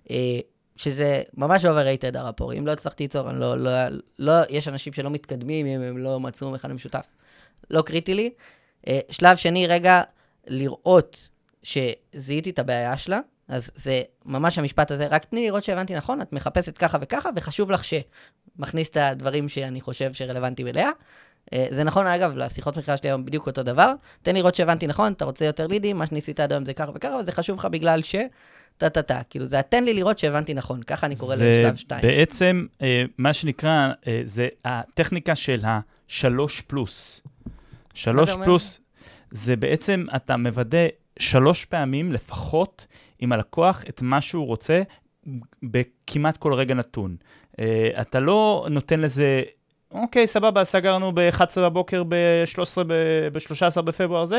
שזה ממש overrated הרפור. אם לא הצלחתי ליצור, אני לא, לא, לא, יש אנשים שלא מתקדמים אם הם לא מצאו מכנה משותף. לא קריטי לי. שלב שני, רגע, לראות שזיהיתי את הבעיה שלה, אז זה ממש המשפט הזה, רק תני לראות שהבנתי נכון, את מחפשת ככה וככה, וחשוב לך שמכניס את הדברים שאני חושב שרלוונטיים אליה. זה נכון, אגב, לשיחות מחירה שלי היום בדיוק אותו דבר, תן לראות שהבנתי נכון, אתה רוצה יותר לידים, מה שניסית עד היום זה ככה וככה, וזה חשוב לך בגלל ש... טה-טה-טה, כאילו זה תן לי לראות שהבנתי נכון, ככה אני קורא לשלב שתיים. זה בעצם, מה שנקרא, זה הטכניקה של השלוש פלוס. שלוש פלוס, זה בעצם, אתה מוודא שלוש פעמים לפחות עם הלקוח את מה שהוא רוצה בכמעט כל רגע נתון. אתה לא נותן לזה, אוקיי, סבבה, סגרנו ב-אחת עשרה בבוקר, ב-שלושה עשר בפברואר הזה,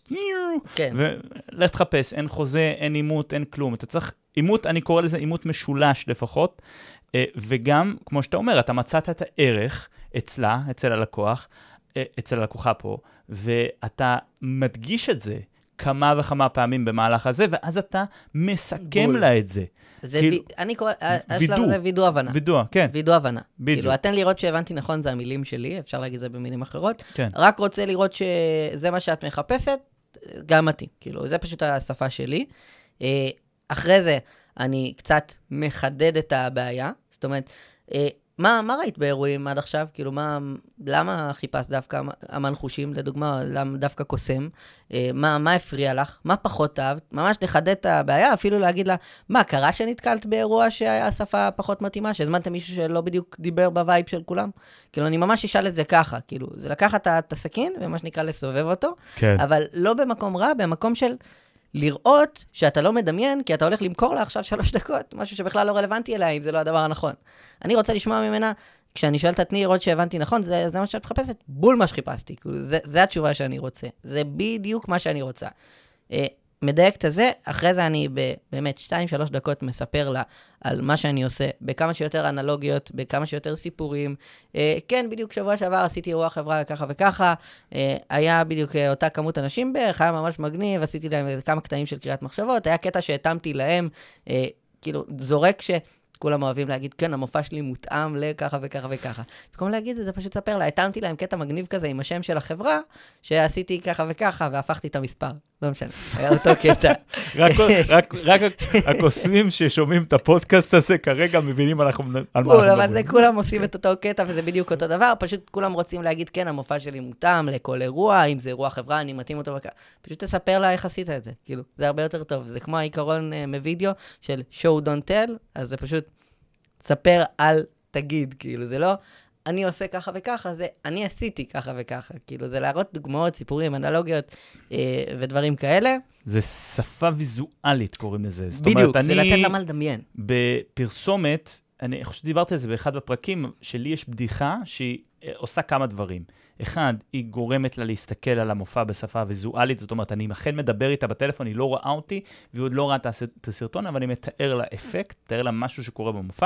כן. ולך תחפש, אין חוזה, אין אימות, אין כלום. אתה צריך, אימות, אני קורא לזה אימות משולש לפחות, וגם, כמו שאתה אומר, אתה מצאת את הערך אצלה, אצל הלקוח, אצל הלקוחה פה, ואתה מדגיש את זה כמה וכמה פעמים במהלך הזה, ואז אתה מסכם לה את זה. זה אני קורא, השלב הזה וידוא הבנה. וידוא, כן. וידוא הבנה. כאילו, תן לראות שהבנתי נכון, זה המילים שלי, אפשר להגיד זה במילים אחרות. כן. רק רוצה לראות שזה מה שאת מחפשת, גם מתאים. כאילו, זה פשוט השפה שלי. אחרי זה, אני קצת מחדד את הבעיה. זאת אומרת, מה, מה ראית באירועים עד עכשיו? כאילו, מה, למה חיפשת דווקא אמן חושים, לדוגמה, למה דווקא קוסם? מה, מה הפריע לך? מה פחות אהבת? ממש לחדד את הבעיה, אפילו להגיד לה, מה, קרה שנתקלת באירוע שהיה שפה פחות מתאימה, שהזמנת מישהו שלא בדיוק דיבר בווייב של כולם? כאילו, אני ממש אשאל את זה ככה, כאילו, זה לקחת את הסכין, ומה שנקרא לסובב אותו, כן. אבל לא במקום רע, במקום של... לראות שאתה לא מדמיין, כי אתה הולך למכור לה עכשיו שלוש דקות, משהו שבכלל לא רלוונטי אליה, אם זה לא הדבר הנכון. אני רוצה לשמוע ממנה, כשאני שואלת את תני לראות שהבנתי נכון, זה, זה מה שאת מחפשת, בול מה שחיפשתי. זה, זה התשובה שאני רוצה. זה בדיוק מה שאני רוצה. מדייק את זה, אחרי זה אני באמת שתיים, שלוש דקות מספר לה על מה שאני עושה, בכמה שיותר אנלוגיות, בכמה שיותר סיפורים. אה, כן, בדיוק שבוע שעבר עשיתי אירוע חברה ככה וככה, אה, היה בדיוק אותה כמות אנשים בערך, היה ממש מגניב, עשיתי להם כמה קטעים של קריאת מחשבות, היה קטע שהתאמתי להם, אה, כאילו, זורק ש... כולם אוהבים להגיד, כן, המופע שלי מותאם לככה וככה וככה. במקום להגיד את זה, פשוט ספר לה, התאמתי להם קטע מגניב כזה עם השם של החברה, שעשיתי ככה וככה, והפכתי את המספר. לא משנה, היה אותו קטע. רק הקוסמים ששומעים את הפודקאסט הזה, כרגע מבינים על מה אנחנו מדברים. אבל זה כולם עושים את אותו קטע, וזה בדיוק אותו דבר, פשוט כולם רוצים להגיד, כן, המופע שלי מותאם לכל אירוע, אם זה אירוע חברה, אני מתאים אותו וככה. פשוט תספר לה איך עשית את זה, כאילו, זה הרבה יותר טוב. זה כמו העיקרון מווידאו של show don't tell, אז זה פשוט תספר על תגיד, כאילו, זה לא, אני עושה ככה וככה, זה אני עשיתי ככה וככה, כאילו, זה להראות דוגמאות, סיפורים, אנלוגיות אה, ודברים כאלה. זה שפה ויזואלית, קוראים לזה. בדיוק, אומרת, זה לתת לה מה לדמיין. בפרסומת, אני חושב שדיברתי על זה באחד בפרקים, שלי יש בדיחה שהיא עושה כמה דברים. אחד, היא גורמת לה להסתכל על המופע בשפה ויזואלית, זאת אומרת, אני אכן מדבר איתה בטלפון, היא לא רואה אותי, והיא עוד לא רואה את הסרטון, אבל אני מתאר לה אפקט, מתאר לה משהו שקורה במופע,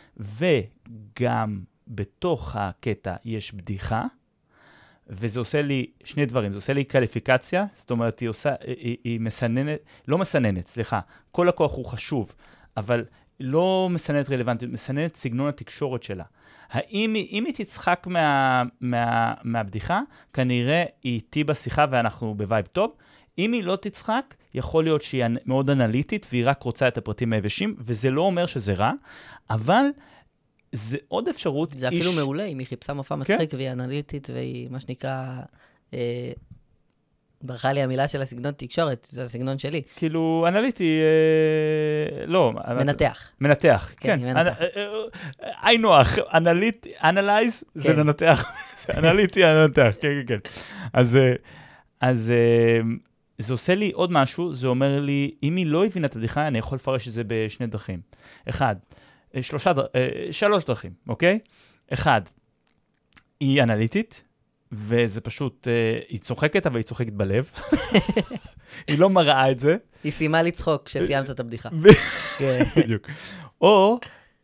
וגם בתוך הקטע יש בדיחה, וזה עושה לי שני דברים, זה עושה לי קליפיקציה, זאת אומרת, היא עושה, היא, היא מסננת, לא מסננת, סליחה, כל הכוח הוא חשוב, אבל לא מסננת רלוונטית, מסננת סגנון התקשורת שלה. האם אם היא תצחק מה, מה, מהבדיחה, כנראה היא איתי בשיחה ואנחנו בווייב טוב. אם היא לא תצחק, יכול להיות שהיא מאוד אנליטית והיא רק רוצה את הפרטים היבשים, וזה לא אומר שזה רע, אבל זה עוד אפשרות. זה אפילו איש... מעולה, אם היא חיפשה מופע מצחיק כן? והיא אנליטית והיא מה שנקרא... אה... ברכה לי המילה של הסגנון תקשורת, זה הסגנון שלי. כאילו, אנליטי, אה, לא. מנתח. מנתח, כן. כן, מנתח. אי נוח, אנליטי, אנלייז, זה לנתח. זה אנליטי, לנתח, כן, כן, כן. אז, אז זה עושה לי עוד משהו, זה אומר לי, אם היא לא הבינה את הבדיחה, אני יכול לפרש את זה בשני דרכים. אחד, שלושה, שלוש דרכים, אוקיי? אחד, היא אנליטית, וזה פשוט, היא צוחקת, אבל היא צוחקת בלב. היא לא מראה את זה. היא סיימה לצחוק כשסיימת את הבדיחה. בדיוק. או,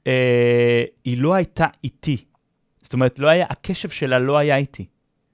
היא לא הייתה איתי. זאת אומרת, הקשב שלה לא היה איתי.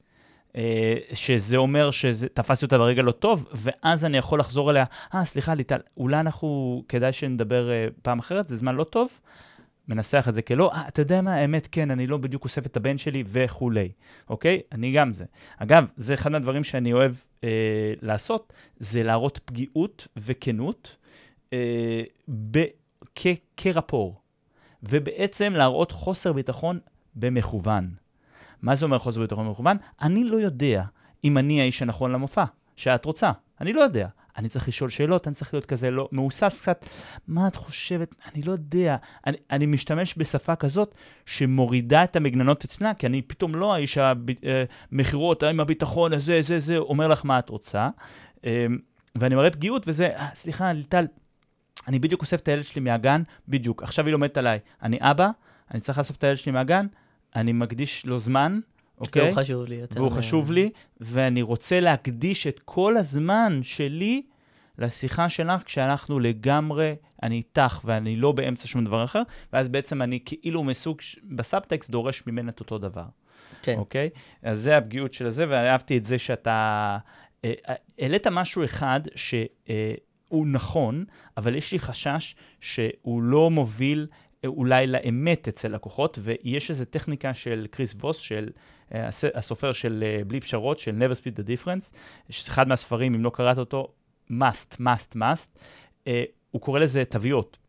שזה אומר שתפסתי אותה ברגע לא טוב, ואז אני יכול לחזור אליה, אה, סליחה, ליטל, אולי אנחנו, כדאי שנדבר פעם אחרת, זה זמן לא טוב. מנסח את זה כלא, אה, אתה יודע מה, האמת, כן, אני לא בדיוק אוסף את הבן שלי וכולי, אוקיי? אני גם זה. אגב, זה אחד מהדברים שאני אוהב אה, לעשות, זה להראות פגיעות וכנות אה, כ- כרפור, ובעצם להראות חוסר ביטחון במכוון. מה זה אומר חוסר ביטחון במכוון? אני לא יודע אם אני האיש הנכון למופע, שאת רוצה. אני לא יודע. אני צריך לשאול שאלות, אני צריך להיות כזה לא מאוסס קצת. מה את חושבת? אני לא יודע. אני, אני משתמש בשפה כזאת שמורידה את המגננות אצלה, כי אני פתאום לא האיש המחירות, עם הביטחון הזה, זה, זה, אומר לך מה את רוצה. ואני מראה פגיעות, וזה, אה, סליחה, ליטל, אני בדיוק אוסף את הילד שלי מהגן, בדיוק. עכשיו היא לומדת עליי. אני אבא, אני צריך לאסוף את הילד שלי מהגן, אני מקדיש לו זמן, אוקיי? והוא חשוב לי יותר. והוא חשוב לי, ואני רוצה להקדיש את כל הזמן שלי לשיחה שלך, כשאנחנו לגמרי, אני איתך, ואני לא באמצע שום דבר אחר, ואז בעצם אני כאילו מסוג, בסאבטקסט דורש ממנה את אותו דבר. כן. אוקיי? אז זה הפגיעות של זה, ואהבתי את זה שאתה, העלית משהו אחד שהוא נכון, אבל יש לי חשש שהוא לא מוביל אולי לאמת אצל לקוחות, ויש איזו טכניקה של קריס ווס, של הסופר של בלי פשרות, של Never Split the Difference, אחד מהספרים, אם לא קראת אותו, must, must, must, הוא קורא לזה תוויות.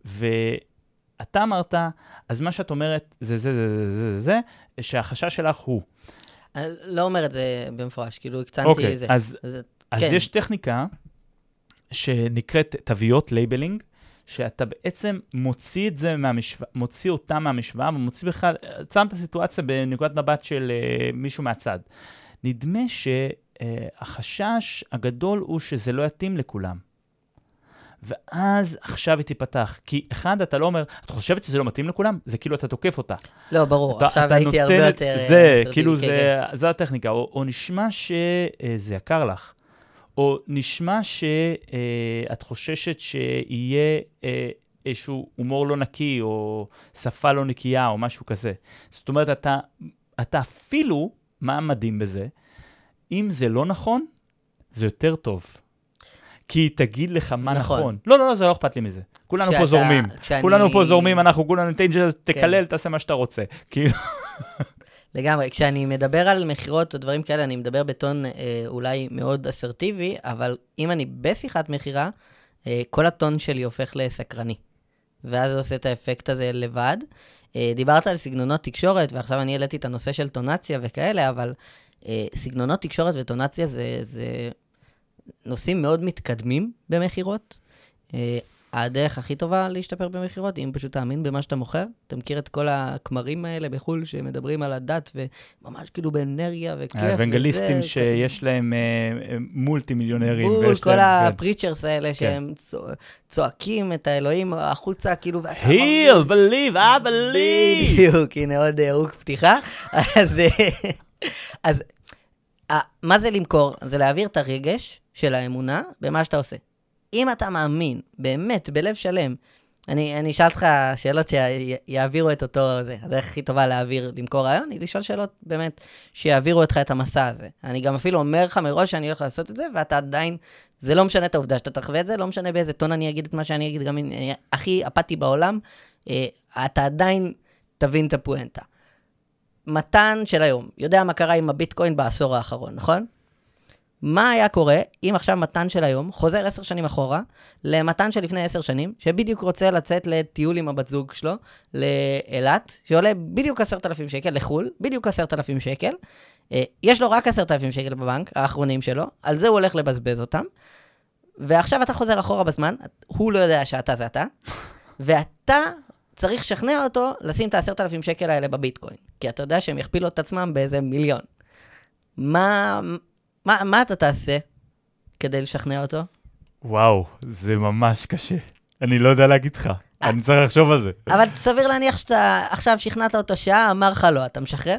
ואתה אמרת, אז מה שאת אומרת, זה, זה, זה, זה, זה, שהחשש שלך הוא. אני לא אומר את זה במפורש, כאילו הקצנתי אוקיי, זה. אז, אז, אז כן. יש טכניקה שנקראת תוויות, לייבלינג, שאתה בעצם מוציא את זה מהמשוואה, מוציא אותה מהמשוואה, ומוציא בכלל, שם את הסיטואציה בנקודת מבט של uh, מישהו מהצד. נדמה שהחשש uh, הגדול הוא שזה לא יתאים לכולם. ואז עכשיו היא תיפתח. כי אחד, אתה לא אומר, את חושבת שזה לא מתאים לכולם? זה כאילו אתה תוקף אותה. לא, ברור. אתה, עכשיו אתה הייתי הרבה יותר... זה, כאילו זה, זה הטכניקה. או, או נשמע שזה יקר לך. או נשמע שאת חוששת שיהיה איזשהו הומור לא נקי, או שפה לא נקייה, או משהו כזה. זאת אומרת, אתה, אתה אפילו, מה מדהים בזה? אם זה לא נכון, זה יותר טוב. כי היא תגיד לך מה נכון. נכון. לא, לא, לא, זה לא אכפת לי מזה. כולנו כשאתה, פה זורמים. כשאני... כולנו פה זורמים, אנחנו כולנו תנג'ל, תקלל, כן. תעשה מה שאתה רוצה. כאילו... לגמרי, כשאני מדבר על מחירות או דברים כאלה, אני מדבר בטון אה, אולי מאוד אסרטיבי, אבל אם אני בשיחת מחירה, אה, כל הטון שלי הופך לסקרני. ואז זה עושה את האפקט הזה לבד. אה, דיברת על סגנונות תקשורת, ועכשיו אני העליתי את הנושא של טונציה וכאלה, אבל אה, סגנונות תקשורת וטונציה זה, זה נושאים מאוד מתקדמים במחירות. אה, הדרך הכי טובה להשתפר במחירות, אם פשוט תאמין במה שאתה מוכר. אתה מכיר את כל הכמרים האלה בחול שמדברים על הדת, וממש כאילו באנרגיה וכיף. האוונגליסטים שיש להם מולטי מיליונרים. בול, כל הפריצ'רס האלה שהם צועקים את האלוהים החוצה, כאילו... Heal, believe, I believe. בדיוק, הנה עוד הוק פתיחה. אז מה זה למכור? זה להעביר את הרגש של האמונה במה שאתה עושה. אם אתה מאמין, באמת, בלב שלם, אני, אני אשאל אותך שאלות שיעבירו את אותו, זה, הדרך הכי טובה להעביר, למכור רעיון, היא לשאול שאלות באמת שיעבירו אותך את המסע הזה. אני גם אפילו אומר לך מראש שאני הולך לעשות את זה, ואתה עדיין, זה לא משנה את העובדה שאתה תחווה את זה, לא משנה באיזה טון אני אגיד את מה שאני אגיד, גם אני הכי אפתי בעולם, אתה עדיין תבין את הפואנטה. מתן של היום, יודע מה קרה עם הביטקוין בעשור האחרון, נכון? מה היה קורה אם עכשיו מתן של היום חוזר עשר שנים אחורה למתן של לפני עשר שנים, שבדיוק רוצה לצאת לטיול עם הבת זוג שלו, לאילת, שעולה בדיוק עשרת אלפים שקל לחול, בדיוק עשרת אלפים שקל, יש לו רק עשרת אלפים שקל בבנק, האחרונים שלו, על זה הוא הולך לבזבז אותם, ועכשיו אתה חוזר אחורה בזמן, הוא לא יודע שאתה זה אתה, ואתה צריך לשכנע אותו לשים את העשרת אלפים שקל האלה בביטקוין, כי אתה יודע שהם יכפילו את עצמם באיזה מיליון. מה... מה, מה אתה תעשה כדי לשכנע אותו? וואו, זה ממש קשה. אני לא יודע להגיד לך. אני צריך לחשוב על זה. אבל סביר להניח שאתה עכשיו שכנעת אותו שעה, אמר לך לא, אתה משחרר?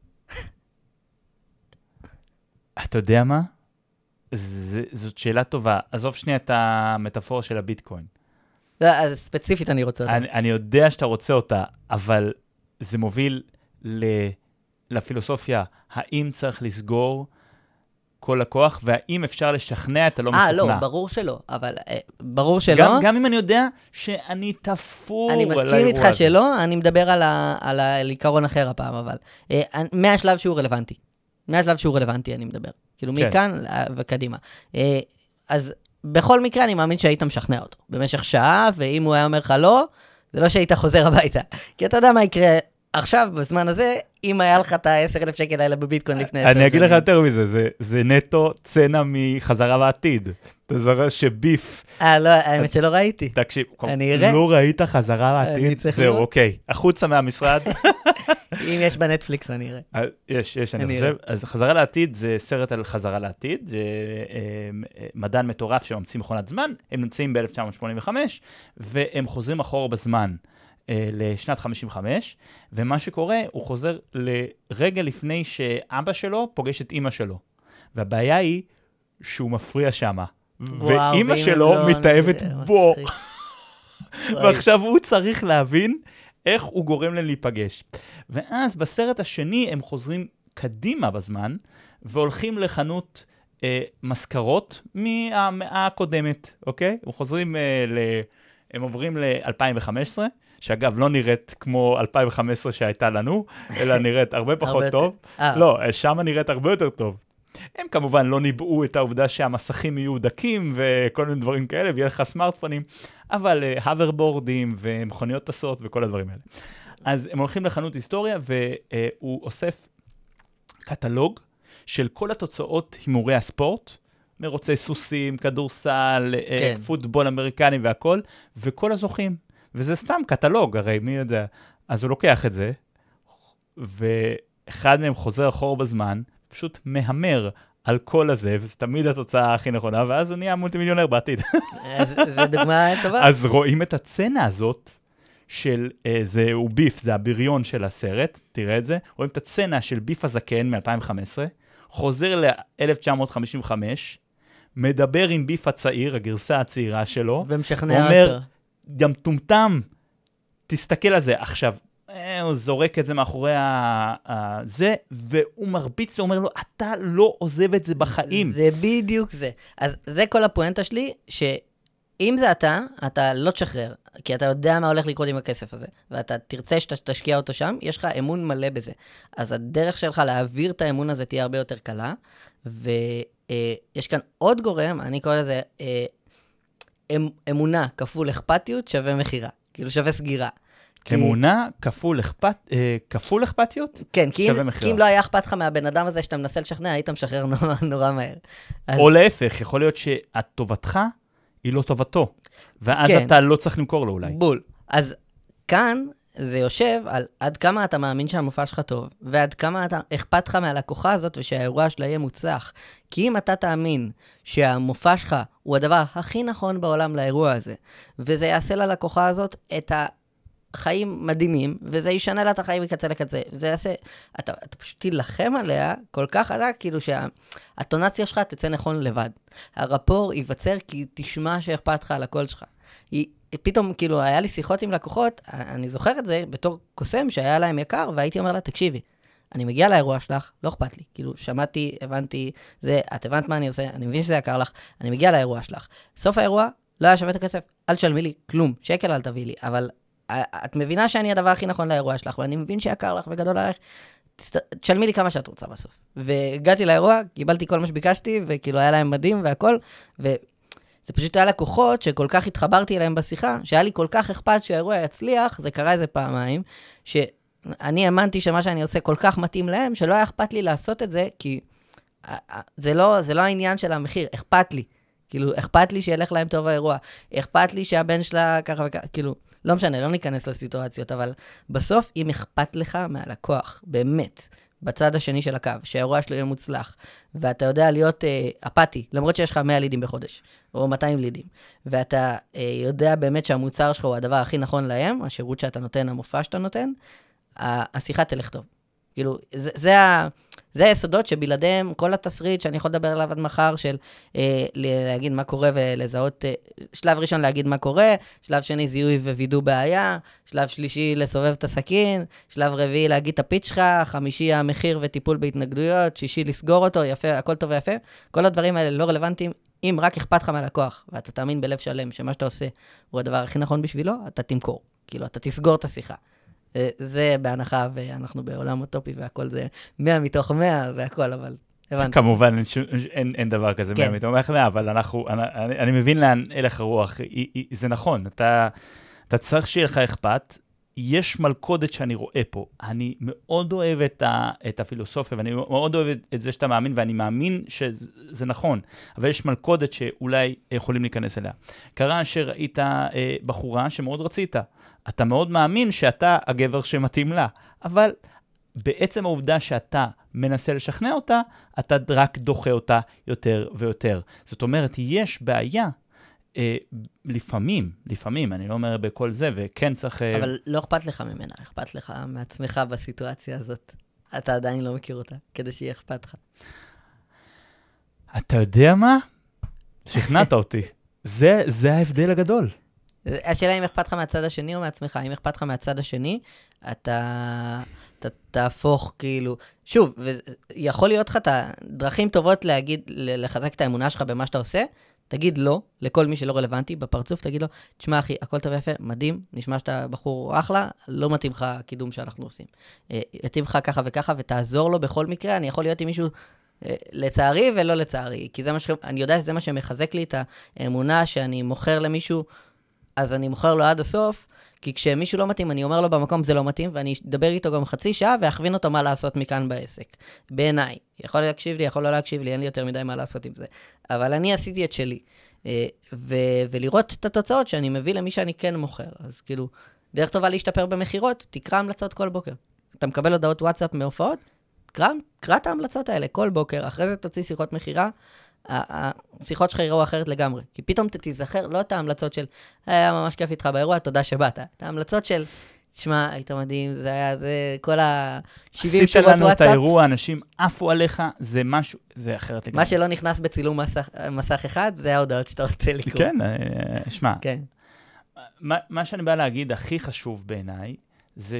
אתה יודע מה? ז, זאת שאלה טובה. עזוב שנייה את המטאפורה של הביטקוין. אז ספציפית אני רוצה אותה. אני, אני יודע שאתה רוצה אותה, אבל זה מוביל ל, לפילוסופיה. האם צריך לסגור כל לקוח, והאם אפשר לשכנע את הלא משוכנע. אה, לא, ברור שלא, אבל אה, ברור שלא. גם, גם אם אני יודע שאני תפור על האירוע הזה. אני מסכים איתך שלא, אני מדבר על, ה, על העיקרון אחר הפעם, אבל אה, מהשלב שהוא רלוונטי. מהשלב שהוא רלוונטי אני מדבר. כאילו כן. מכאן וקדימה. אה, אז בכל מקרה אני מאמין שהיית משכנע אותו. במשך שעה, ואם הוא היה אומר לך לא, זה לא שהיית חוזר הביתה. כי אתה יודע מה יקרה עכשיו, בזמן הזה, אם היה לך את ה-עשרת אלפים שקל האלה בביטקוין לפני עשר שנים. אני אגיד לך יותר מזה, זה, זה נטו צנע מחזרה בעתיד. אתה זוכר שביף... אה, לא, האמת שלא ראיתי. תקשיב, לא ראית חזרה בעתיד? זהו, אוקיי. החוצה מהמשרד. אם יש בנטפליקס, אני אראה. יש, יש, אני חושב. אז חזרה לעתיד זה סרט על חזרה לעתיד. זה מדען מטורף שממציא מכונת זמן. הם נמצאים ב-אלף תשע מאות שמונים וחמש, והם חוזרים אחורה בזמן. לשנת חמישים וחמש, ומה שקורה, הוא חוזר לרגע לפני שאבא שלו פוגש את אמא שלו. והבעיה היא שהוא מפריע שמה. ואמא שלו מתאהבת בו. ועכשיו הוא צריך להבין איך הוא גורם להם להיפגש. ואז בסרט השני הם חוזרים קדימה בזמן, והולכים לחנות אה, מזכרות מהמאה הקודמת, אוקיי? הם חוזרים, אה, ל... הם עוברים ל-אלפיים וחמש עשרה, שאגב לא נראית כמו אלפיים וחמש עשרה שהייתה לנו, אלא נראית הרבה פחות טוב. לא, שם נראית הרבה יותר טוב. הם כמובן לא ניבאו את העובדה שהמסכים יהיו דקים וכל מיני דברים כאלה, ויהיה לך סמארטפונים, אבל הוברבורדים ומכוניות טסות וכל הדברים האלה. אז הם הולכים לחנות היסטוריה, והוא אוסף קטלוג של כל התוצאות הימורי הספורט, מרוצי סוסים, כדורסל, כן. פוטבול אמריקני והכל, וכל הזוכים. וזה סתם קטלוג, הרי מי יודע. אז הוא לוקח את זה, ואחד מהם חוזר אחורה בזמן, פשוט מהמר על כל הזה, וזה תמיד התוצאה הכי נכונה, ואז הוא נהיה מולטי מיליונר בעתיד. זו דוגמה טובה. אז רואים את הצנה הזאת, של, זה הוא ביף, זה הבריון של הסרט, תראה את זה, רואים את הצנה של ביף הזקן מ-אלפיים וחמש עשרה, חוזר ל-אלף תשע מאות חמישים וחמש, מדבר עם ביף הצעיר, הגרסה הצעירה שלו, ומשכנע אומר, אותו. גם טומטם, תסתכל על זה. עכשיו, אה, הוא זורק את זה מאחורי זה, והוא מרביץ, הוא אומר לו, אתה לא עוזב את זה בחיים. זה בדיוק זה. אז זה כל הפואנטה שלי, שאם זה אתה, אתה לא תשחרר, כי אתה יודע מה הולך לקרות עם הכסף הזה, ואתה תרצה שתשקיע אותו שם, יש לך אמון מלא בזה. אז הדרך שלך להעביר את האמון הזה תהיה הרבה יותר קלה, ויש כאן עוד גורם, אני קורא לזה, אמונה כפול אכפתיות שווה מחירה, כאילו שווה סגירה. אמונה כפול אכפת, כפול אכפתיות? כן, כי אם לא היה אכפת לך מהבן אדם הזה שאתה מנסה לשכנע, היית משחרר נורא מהר. או להפך, יכול להיות שהטובתך היא לא טובתו, ואז אתה לא צריך למכור לו אולי. בול. אז כאן זה יושב על עד כמה אתה מאמין שהמופע שלך טוב, ועד כמה אתה אכפת לך מהלקוחה הזאת, ושהאירוע שלה יהיה מוצלח. כי אם אתה תאמין שהמופע שלך הוא הדבר הכי נכון בעולם לאירוע הזה, וזה יעשה ללקוחה הזאת את ה... חיים מדהימים, וזה ישנה לה את החיים מקצה לקצה. וזה יעשה, אתה, אתה פשוט תילחם עליה כל כך חזק, כאילו שהטונציה שלך תצא נכון לבד. הרפור ייווצר כי תשמע שאכפת לך על הקול שלך. היא, פתאום, כאילו, היה לי שיחות עם לקוחות, אני זוכר את זה בתור קוסם שהיה להם יקר, והייתי אומר לה, תקשיבי, אני מגיע לאירוע שלך, לא אכפת לי. כאילו, שמעתי, הבנתי, זה, את הבנת מה אני עושה, אני מבין שזה יקר לך, אני מגיע לאירוע שלך. סוף האירוע, לא היה שווה את הכסף, אל תשלמי לי כלום, שקל אל תביא לי, אבל את מבינה שאני הדבר הכי נכון לאירוע שלך, ואני מבין שיקר לך וגדול עליך, תשלמי לי כמה שאת רוצה בסוף. והגעתי לאירוע, קיבלתי כל מה שביקשתי, וכאילו היה להם מדהים והכל, וזה פשוט היה לקוחות שכל כך התחברתי אליהם בשיחה, שהיה לי כל כך אכפת שהאירוע יצליח, זה קרה איזה פעמיים, שאני האמנתי שמה שאני עושה כל כך מתאים להם, שלא היה אכפת לי לעשות את זה, כי זה לא, זה לא העניין של המחיר, אכפת לי. כאילו, אכפת לי שילך להם טוב האירוע, אכפת לי שהבן שלה ככה וככה, כאילו, לא משנה, לא ניכנס לסיטואציות, אבל בסוף, אם אכפת לך מהלקוח, באמת, בצד השני של הקו, שהאירוע שלו יהיה מוצלח, ואתה יודע להיות אה, אפתי, למרות שיש לך מאה לידים בחודש, או מאתיים לידים, ואתה אה, יודע באמת שהמוצר שלך הוא הדבר הכי נכון להם, השירות שאתה נותן, המופע שאתה נותן, השיחה תלך טוב. כאילו, זה, זה ה... זה היסודות שבלעדיהם כל התסריט שאני יכול לדבר עליו עד מחר של אה, להגיד מה קורה ולזהות, אה, שלב ראשון להגיד מה קורה, שלב שני זיהוי ווידוא בעיה, שלב שלישי לסובב את הסכין, שלב רביעי להגיד את הפיץ' שלך, חמישי המחיר וטיפול בהתנגדויות, שישי לסגור אותו, יפה, הכל טוב ויפה. כל הדברים האלה לא רלוונטיים, אם רק אכפת לך מהלקוח, ואתה תאמין בלב שלם שמה שאתה עושה הוא הדבר הכי נכון בשבילו, אתה תמכור, כאילו אתה תסגור את השיחה. זה בהנחה, ואנחנו בעולם אוטופי והכל זה מאה מתוך מאה והכל, אבל הבנתי. כמובן, אין, אין דבר כזה מאה מתוך מאה, אבל אנחנו, אני, אני מבין לאן הלך הרוח, זה נכון, אתה, אתה צריך שיהיה לך אכפת, יש מלכודת שאני רואה פה, אני מאוד אוהב את, ה, את הפילוסופיה, ואני מאוד אוהב את זה שאתה מאמין, ואני מאמין שזה נכון, אבל יש מלכודת שאולי יכולים להיכנס אליה. קרה שראית אה, בחורה שמאוד רצית, אתה מאוד מאמין שאתה הגבר שמתאים לה, אבל בעצם העובדה שאתה מנסה לשכנע אותה, אתה רק דוחה אותה יותר ויותר. זאת אומרת, יש בעיה, אה, לפעמים, לפעמים, אני לא אומר בכל זה, וכן צריך... אה... אבל לא אכפת לך ממנה, אכפת לך מעצמך בסיטואציה הזאת. אתה עדיין לא מכיר אותה, כדי שיהיה אכפת לך. אתה יודע מה? שכנעת אותי. זה, זה ההבדל הגדול. השאלה אם אכפת לך מהצד השני או מעצמך, אם אכפת לך מהצד השני, אתה, אתה תהפוך כאילו, שוב, יכול להיות לך את הדרכים טובות להגיד, לחזק את האמונה שלך במה שאתה עושה, תגיד לא, לכל מי שלא רלוונטי, בפרצוף תגיד לו, תשמע אחי, הכל טוב יפה, מדהים, נשמע שאתה בחור אחלה, לא מתאים לך קידום שאנחנו עושים. יתאים לך ככה וככה, ותעזור לו בכל מקרה, אני יכול להיות עם מישהו, לצערי ולא לצערי, כי זה מה ש... אני יודע שזה מה שמחזק לי את האמונה שאני מוכר למישהו, אז אני מוכר לו עד הסוף, כי כשמישהו לא מתאים, אני אומר לו במקום זה לא מתאים, ואני אדבר איתו גם חצי שעה, ואכווין אותו מה לעשות מכאן בעסק. בעיניי. יכול להקשיב לי, יכול לא להקשיב לי, אין לי יותר מדי מה לעשות עם זה. אבל אני עשיתי את שלי. ו- ולראות את התוצאות שאני מביא למי שאני כן מוכר. אז כאילו, דרך טובה להשתפר במחירות, תקרא המלצות כל בוקר. אתה מקבל הודעות וואטסאפ מהופעות, קרא, קרא את ההמלצות האלה כל בוקר, אחרי זה תוציא שיחות מחירה, השיחות שלך יראו אחרת לגמרי. כי פתאום אתה תיזכר, לא את ההמלצות של, היה ממש כיף איתך באירוע, תודה שבאת. את ההמלצות של, תשמע, היית מדהים, זה היה, זה כל ה-שבעים שורות וואטסאפ. עשית לנו את וואטסאפ. האירוע, אנשים עפו עליך, זה משהו, זה אחרת לגמרי. מה שלא נכנס בצילום מסך, מסך אחד, זה ההודעות שאתה רוצה לקרוא. כן, אה, שמע, כן. מה, מה שאני בא להגיד הכי חשוב בעיניי, זה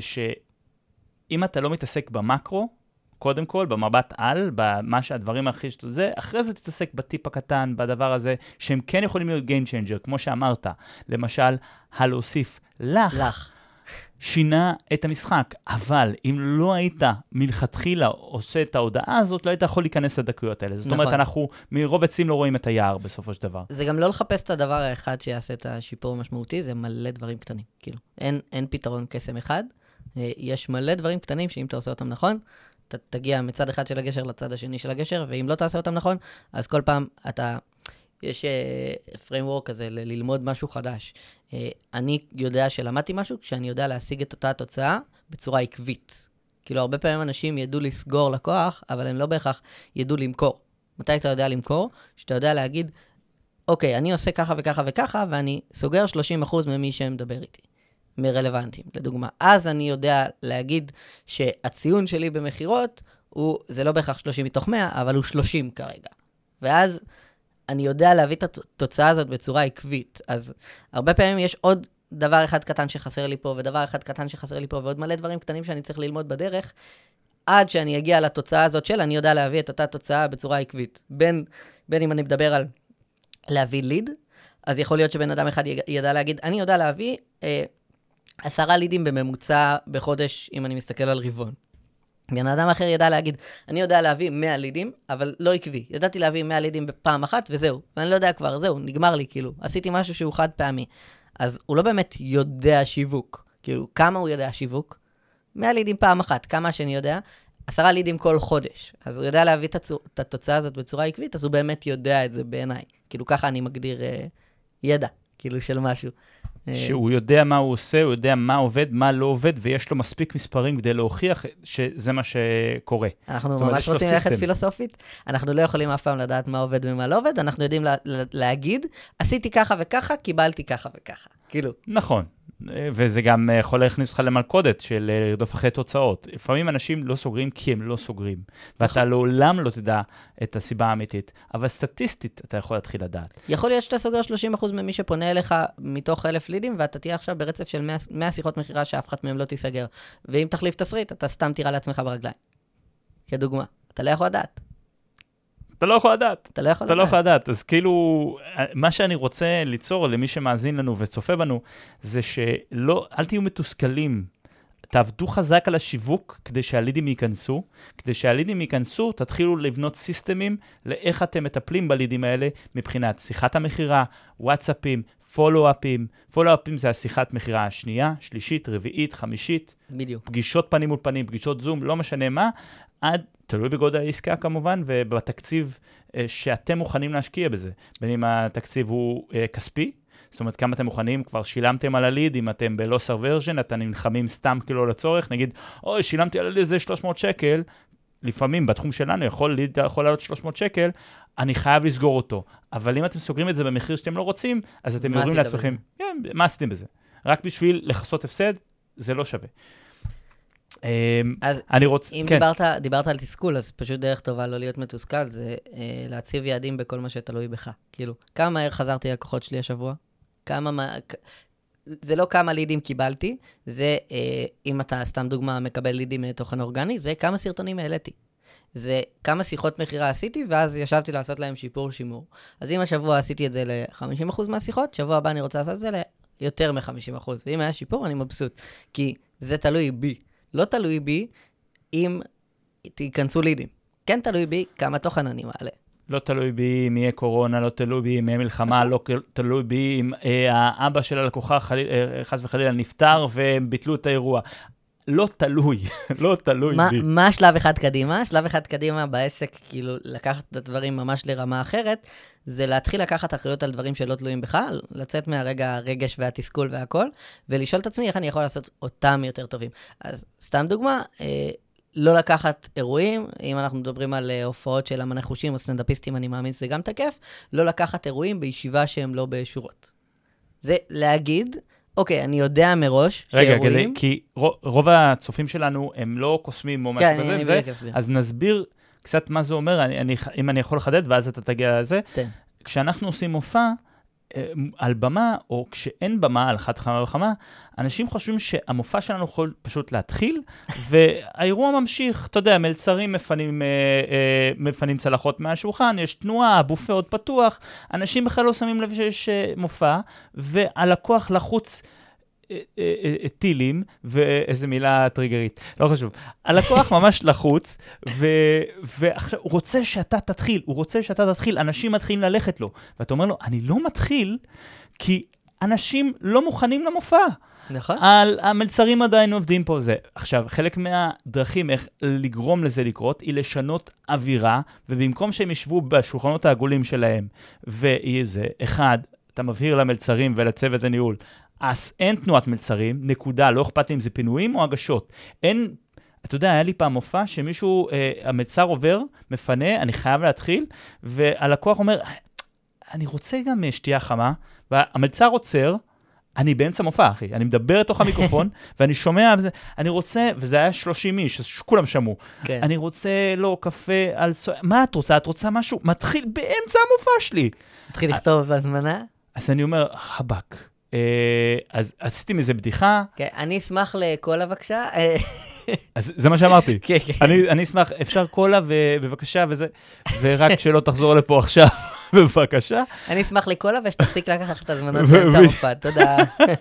שאם אתה לא מתעסק במקרו, קודם כל, במבט על, במה שהדברים הכי שתו זה, אחרי זה תתעסק בטיפ הקטן, בדבר הזה, שהם כן יכולים להיות game changer, כמו שאמרת, למשל, הלהוסיף לך, לך. שינה את המשחק, אבל אם לא היית מלכתחילה עושה את ההודעה הזאת, לא היית יכול להיכנס לדקויות האלה. זאת נכון. אומרת, אנחנו מרוב עצים לא רואים את היער בסופו של דבר. זה גם לא לחפש את הדבר האחד שיעשה את השיפור המשמעותי, זה מלא דברים קטנים. כאילו, אין, אין פתרון קסם אחד, יש מלא דברים קטנים שאם אתה עושה אותם נכון, אתה תגיע מצד אחד של הגשר לצד השני של הגשר, ואם לא תעשה אותם נכון, אז כל פעם אתה, יש uh, framework כזה ל- ללמוד משהו חדש. Uh, אני יודע שלמדתי משהו, כשאני יודע להשיג את אותה התוצאה בצורה עקבית. כאילו, הרבה פעמים אנשים ידעו לסגור לקוח, אבל הם לא בהכרח ידעו למכור. מתי אתה יודע למכור? שאתה יודע להגיד, אוקיי, אני עושה ככה וככה וככה, ואני סוגר שלושים אחוז ממי שמדבר איתי. מרלוונטיים, לדוגמה. אז אני יודע להגיד שהציון שלי במחירות, הוא, זה לא בהכרח שלושים מתוך מאה, אבל הוא שלושים כרגע. ואז אני יודע להביא את התוצאה הזאת בצורה עקבית. אז הרבה פעמים יש עוד דבר אחד קטן שחסר לי פה, ודבר אחד קטן שחסר לי פה, ועוד מלא דברים קטנים שאני צריך ללמוד בדרך, עד שאני אגיע לתוצאה הזאת של, אני יודע להביא את אותה תוצאה בצורה עקבית. בין, בין אם אני מדבר על להביא ליד, אז יכול להיות שבן אדם אחד ידע להגיד, אני יודע להביא אה, עשרה לידים בממוצע בחודש, אם אני מסתכל על רבעון. בן אדם אחר ידע להגיד, אני יודע להביא מאה לידים, אבל לא עקבי. ידעתי להביא מאה לידים בפעם אחת, וזהו. ואני לא יודע כבר, זהו, נגמר לי, כאילו. עשיתי משהו שהוא חד פעמי. אז הוא לא באמת יודע שיווק. כאילו, כמה הוא יודע שיווק? מאה לידים פעם אחת, כמה שאני יודע? עשרה לידים כל חודש. אז הוא יודע להביא את, הצור, את התוצאה הזאת בצורה עקבית, אז הוא באמת יודע את זה בעיניי. כאילו, ככה אני מגדיר אה, ידע, כאילו, של משהו. שהוא יודע מה הוא עושה, הוא יודע מה עובד, מה לא עובד, ויש לו מספיק מספרים כדי להוכיח שזה מה שקורה. אנחנו ממש רוצים ללכת פילוסופית, אנחנו לא יכולים אף פעם לדעת מה עובד ומה לא עובד, אנחנו יודעים לה, להגיד, עשיתי ככה וככה, קיבלתי ככה וככה. כאילו. נכון, וזה גם יכול להכניס אותך למלכודת של לרדוף אחרי תוצאות. לפעמים אנשים לא סוגרים כי הם לא סוגרים, ואתה לעולם לא תדע את הסיבה האמיתית, אבל סטטיסטית אתה יכול להתחיל לדעת. יכול להיות שאתה סוגר שלושים אחוז ממי שפונה אליך מתוך אלף לידים, ואתה תהיה עכשיו ברצף של מאה שיחות מחירה שאף אחת מהם לא תיסגר. ואם תחליף תסריט, אתה סתם תירה לעצמך ברגליים. כדוגמה, אתה לא יכול לדעת. אתה לא יכול לדעת. אתה לא יכול אתה לדעת. לא יכול לדעת. אז כאילו, מה שאני רוצה ליצור למי שמאזין לנו וצופה בנו, זה שלא, אל תהיו מתוסכלים. תעבדו חזק על השיווק כדי שהלידים ייכנסו. כדי שהלידים ייכנסו, תתחילו לבנות סיסטמים לאיך אתם מטפלים בלידים האלה מבחינת שיחת המחירה, וואטסאפים, פולו-אפים. פולו-אפים זה השיחת מחירה השנייה, שלישית, רביעית, חמישית. בדיוק. פגישות פנים מול פנים, פגישות זום, לא משנה מה, עד, תלוי בגודל העסקה כמובן, ובתקציב אה, שאתם מוכנים להשקיע בזה. בין אם התקציב הוא אה, כספי, זאת אומרת כמה אתם מוכנים, כבר שילמתם על הליד, אם אתם בלוסר ורז'ן, אתם נלחמים סתם כאילו לצורך, נגיד, אוי, שילמתי על הליד זה שלוש מאות שקל, לפעמים בתחום שלנו יכול, ליד יכול לעלות שלוש מאות שקל, אני חייב לסגור אותו. אבל אם אתם סוגרים את זה במחיר שאתם לא רוצים, אז אתם יורים לעצמכם, כן, מה עשיתם בזה? רק בשביל לחסות הפסד, זה לא שווה. אז אני רוצ... אם כן. דיברת, דיברת על תסכול, אז פשוט דרך טובה לא להיות מתוסכל, זה אה, להציב יעדים בכל מה שתלוי בך. כאילו, כמה מהר חזרתי לקוחות שלי השבוע? כמה מה... זה לא כמה לידים קיבלתי, זה, אה, אם אתה, סתם דוגמה, מקבל לידים מתוכן אורגני, זה כמה סרטונים העליתי. זה כמה שיחות מחירה עשיתי, ואז ישבתי לעשות להם שיפור שימור. אז אם השבוע עשיתי את זה ל-חמישים אחוז מהשיחות, שבוע הבא אני רוצה לעשות את זה ליותר מ-חמישים אחוז. ואם היה שיפור, אני מבסוט. כי זה תלוי בי. לא תלוי בי אם תיכנסו לידים. כן תלוי בי כמה תוכן אני מעלה. לא תלוי בי אם יהיה קורונה, לא תלוי בי אם יהיה מלחמה, לא תלוי בי אם אה, האבא של הלקוחה חליל, אה, חס וחלילה נפטר והם ביטלו את האירוע. לא תלוי, לא תלוי מה, בי. מה שלב אחד קדימה? שלב אחד קדימה בעסק, כאילו לקחת את הדברים ממש לרמה אחרת, זה להתחיל לקחת אחריות על דברים שלא תלויים בך, לצאת מהרגע הרגש והתסכול והכל, ולשאול את עצמי איך אני יכול לעשות אותם יותר טובים. אז סתם דוגמה, אה, לא לקחת אירועים, אם אנחנו מדברים על אה, הופעות של אמני חושים או סטנדאפיסטים, אני מאמין שזה גם תקף, לא לקחת אירועים בישיבה שהם לא בשורות. זה להגיד, אוקיי, אני יודע מראש רגע, שאירועים... כדי, כי רוב הצופים שלנו הם לא קוסמים או משהו כן, כזה, אני וזה, בדיוק אסביר. אז נסביר קצת מה זה אומר, אני, אני, אם אני יכול לחדד, ואז אתה תגיע לזה. תן. כשאנחנו עושים מופע על במה, או כשאין במה, על אחת כמה וכמה, אנשים חושבים שהמופע שלנו יכול פשוט להתחיל, והאירוע ממשיך, אתה יודע, מלצרים מפנים, אה, אה, מפנים צלחות מהשולחן, יש תנועה, הבופה עוד פתוח, אנשים בכלל לא שמים לב שיש אה, מופע, והלקוח לחוץ אה, אה, אה, טילים, ואיזה מילה טריגרית, לא חשוב. הלקוח ממש לחוץ, ו... ועכשיו הוא רוצה שאתה תתחיל, הוא רוצה שאתה תתחיל, אנשים מתחילים ללכת לו, ואתה אומר לו, אני לא מתחיל, כי אנשים לא מוכנים למופע. נכון. על המלצרים עדיין עובדים פה זה. עכשיו, חלק מהדרכים איך לגרום לזה לקרות, היא לשנות אווירה, ובמקום שהם ישבו בשולחנות העגולים שלהם, ויהיה זה, אחד, אתה מבהיר למלצרים ולצוות הניהול, אז אין תנועת מלצרים, נקודה, לא אכפת לי אם זה פינויים או הגשות. אין, אתה יודע, היה לי פעם מופע שמישהו, אה, המלצר עובר, מפנה, אני חייב להתחיל, והלקוח אומר, אני רוצה גם שתייה חמה, והמלצר עוצר, אני באמצע מופע, אחי, אני מדבר לתוך המיקרופון, ואני שומע, אני רוצה, וזה היה שלושים איש, אז כולם שמעו, כן. אני רוצה, לא, קפה על סויה, מה את רוצה? את רוצה משהו? מתחיל באמצע המופע שלי. התחיל לכתוב בזמנה? אז אני אומר, חבק. אז עשיתי מזה בדיחה. כן, אני אשמח לקולה בבקשה. אז זה מה שאמרתי. כן, כן. אני, אני אשמח, אפשר קולה ובבקשה וזה, ורק שלא תחזור לפה עכשיו, בבקשה. אני אשמח לקולה ושתפסיק לקחת את הזמנות באמצע המופע, תודה.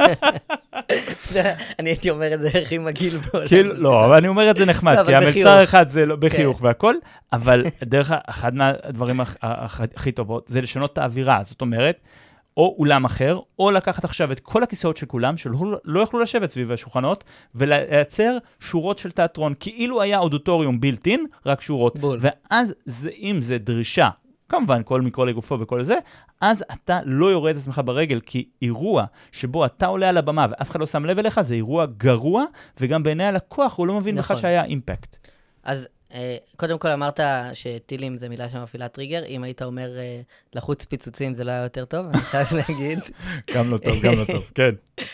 אני הייתי אומר את זה הכי מגעיל בעולם. כאילו, לא, אבל אני אומר את זה נחמד, כי המלצר אחד זה בחיוך והכל, אבל דרך אחד מהדברים הכי טובות זה לשנות את האווירה, זאת אומרת, או אולם אחר, או לקחת עכשיו את כל הכיסאות של כולם, שלא לא יכלו לשבת סביב השולחנות, ולייצר שורות של תיאטרון, כאילו היה אודיטוריום בילטין, רק שורות. בול. ואז זה, אם זה דרישה, כמובן כל מיקרו לגופו וכל זה, אז אתה לא יורד את עצמך ברגל, כי אירוע שבו אתה עולה על הבמה, ואף אחד לא שם לב אליך, זה אירוע גרוע, וגם בעיני הלקוח הוא לא מבין נכון. בכלל שהיה אימפקט. אז קודם כל אמרת שטילים זה מילה שמפעילה טריגר, אם היית אומר לחוץ פיצוצים זה לא היה יותר טוב, אני חייב להגיד. גם לא טוב, גם לא טוב, כן.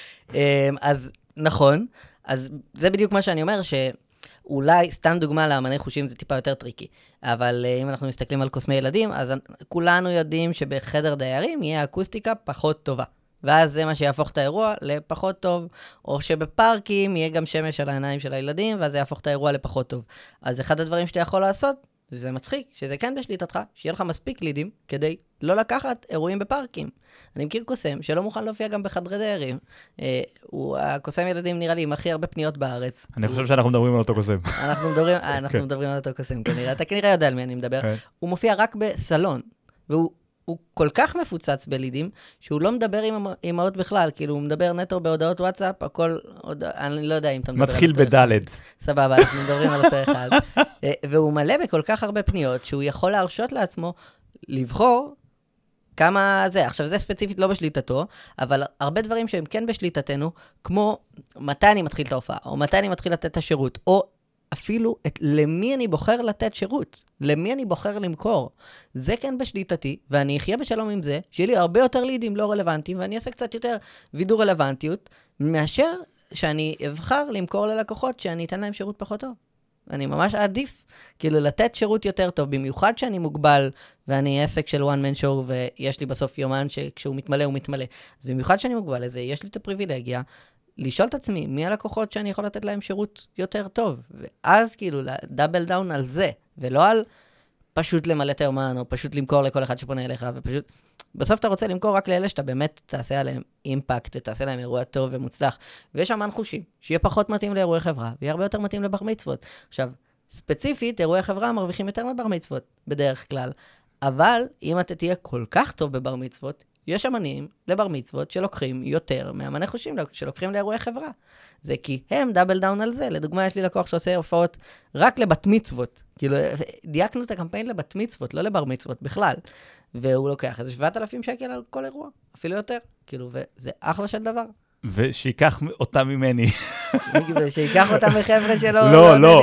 אז נכון, אז זה בדיוק מה שאני אומר, שאולי, סתם דוגמה לאמני חושים זה טיפה יותר טריקי, אבל אם אנחנו מסתכלים על קוסמי ילדים, אז כולנו יודעים שבחדר דיירים יהיה אקוסטיקה פחות טובה. ואז זה מה שיהפוך את האירוע לפחות טוב, או שבפארקים יהיה גם שמש על העיניים של הילדים, ואז זה יהפוך את האירוע לפחות טוב. אז אחד הדברים שאתה יכול לעשות, וזה מצחיק, שזה כן בשליטתך, שיהיה לך מספיק לידים, כדי לא לקחת אירועים בפארקים. אני מכיר קוסם שלא מוכן להופיע גם בחדרי דיירים. אה, הוא, הקוסם ילדים נראה לי עם הכי הרבה פניות בארץ. אני חושב שאנחנו מדברים על אותו קוסם. אנחנו מדברים, אנחנו מדברים על אותו קוסם, כנראה. אתה כנראה יודע על מי אני מדבר. הוא מופיע רק בסלון, והוא הוא כל כך מפוצץ בלידים, שהוא לא מדבר עם אמהות בכלל, כאילו הוא מדבר נטו בהודעות וואטסאפ, הכל, עוד, אני לא יודע אם אתה מדבר על אותו מתחיל בדלת. סבבה, אנחנו מדברים על אותו אחד. והוא מלא בכל כך הרבה פניות, שהוא יכול להרשות לעצמו לבחור כמה זה. עכשיו, זה ספציפית לא בשליטתו, אבל הרבה דברים שהם כן בשליטתנו, כמו מתי אני מתחיל את ההופעה, או מתי אני מתחיל לתת את השירות, או אפילו את למי אני בוחר לתת שירות, למי אני בוחר למכור. זה כן בשליטתי, ואני אחיה בשלום עם זה, שיהיה לי הרבה יותר לידים לא רלוונטיים, ואני אעשה קצת יותר וידור רלוונטיות, מאשר שאני אבחר למכור ללקוחות שאני אתן להם שירות פחות טוב. אני ממש עדיף, כאילו לתת שירות יותר טוב, במיוחד שאני מוגבל, ואני עסק של one man show, ויש לי בסוף יומן שכשהוא מתמלא הוא מתמלא. אז במיוחד שאני מוגבל לזה, יש לי את הפריבילגיה, לשאול את עצמי, מי הלקוחות שאני יכול לתת להם שירות יותר טוב? ואז כאילו, דאבל דאון על זה, ולא על פשוט למלא את היומן, או פשוט למכור לכל אחד שפונה אליך, ופשוט, בסוף אתה רוצה למכור רק לאלה שאתה באמת תעשה עליהם אימפקט, תעשה להם אירוע טוב ומוצלח, ויש אמן חושים, שיהיה פחות מתאים לאירועי חברה, ויהיה הרבה יותר מתאים לבר מצוות. עכשיו, ספציפית, אירועי חברה מרוויחים יותר מבר מצוות, בדרך כלל, אבל אם אתה תהיה כל כך טוב בבר מצוות, יש אמנים לבר מצוות שלוקחים יותר מאמני חושים שלוקחים לאירועי חברה. זה כי הם דאבל דאון על זה. לדוגמה, יש לי לקוח שעושה הופעות רק לבת מצוות. כאילו, דייקנו את הקמפיין לבת מצוות, לא לבר מצוות בכלל. והוא לוקח איזה שבעת אלפים שקל על כל אירוע, אפילו יותר. כאילו, וזה אחלה של דבר. ושיקח אותם ממני. ושיקח אותם מחבר'ה שלו. לא, לא,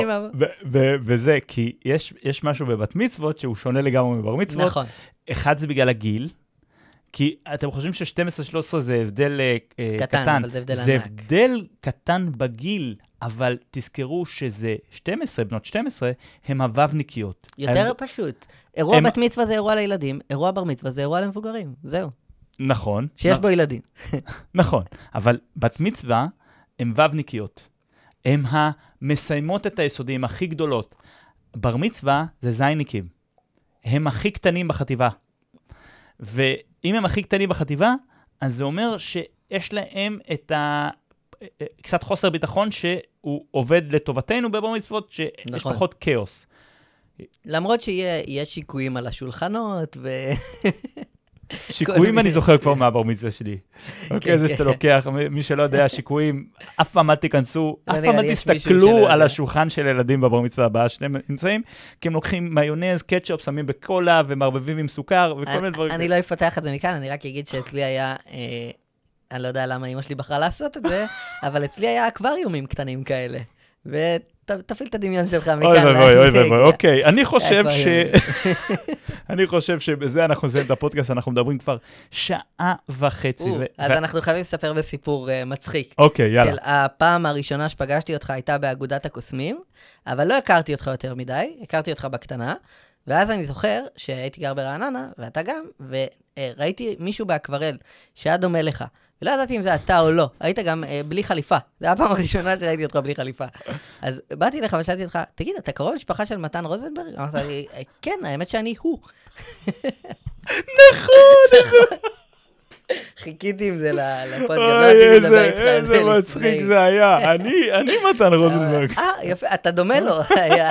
וזה, כי יש משהו בבת מצוות שהוא שונה לגמרי מבר מצוות. נכון. אחד זה בגלל הגיל, כי אתם חושבים ש-שתים עשרה שלוש עשרה זה הבדל uh, קטן, קטן. אבל זה הבדל זה ענק. הבדל קטן בגיל, אבל תזכרו שזה שתים עשרה, בנות שתים עשרה, הם הו"בניקיות. יותר הם... פשוט. אירוע הם... בת מצווה זה אירוע לילדים, אירוע בר מצווה זה אירוע למבוגרים, זהו. נכון. שיש נ... בו ילדים. נכון, אבל בת מצווה הם ו"ניקיות. הם המסיימות את היסודיים הכי גדולות. בר מצווה זה זייניקים. הם הכי קטנים בחטיבה. ואם הם הכי קטנים בחטיבה, אז זה אומר שיש להם את ה... קצת חוסר ביטחון שהוא עובד לטובתנו בבר מצוות, שיש נכון. פחות כאוס. למרות שיש שיקויים על השולחנות ו... שיקויים אני זוכר כבר מהבר מצווה שלי. אוקיי, זה שאתה לוקח, מי שלא יודע, שיקויים, אף פעם אל תיכנסו, אף פעם אל תסתכלו על השולחן של ילדים בבר מצווה הבאה שאתם נמצאים, כי הם לוקחים מיונז, קטשופ, שמים בקולה ומערבבים עם סוכר וכל מיני דברים. אני לא אפתח את זה מכאן, אני רק אגיד שאצלי היה, אני לא יודע למה אמא שלי בחרה לעשות את זה, אבל אצלי היה אקווריומים קטנים כאלה. ותפעיל את הדמיון שלך מכאן. אוי ואבוי, אוי ואבוי, אוקיי. אני חושב ש... אני חושב שבזה אנחנו נסיים את הפודקאסט, אנחנו מדברים כבר שעה וחצי. אז אנחנו חייבים לספר בסיפור מצחיק. אוקיי, יאללה. של הפעם הראשונה שפגשתי אותך הייתה באגודת הקוסמים, אבל לא הכרתי אותך יותר מדי, הכרתי אותך בקטנה, ואז אני זוכר שהייתי גר ברעננה, ואתה גם, וראיתי מישהו באקוורל שהיה דומה לך. ולא ידעתי אם זה אתה או לא. היית גם אה, בלי חליפה. זה היה הפעם הראשונה שראיתי אותך בלי חליפה. אז באתי לך ושאלתי אותך, תגיד, אתה קרוב למשפחה של מתן רוזנברג? אמרת לי, כן, האמת שאני הוא. נכון. חיכיתי עם זה לפודקאסט. אוי, איזה מצחיק זה היה. אני מתן רוזנברג. אה, יפה, אתה דומה לו.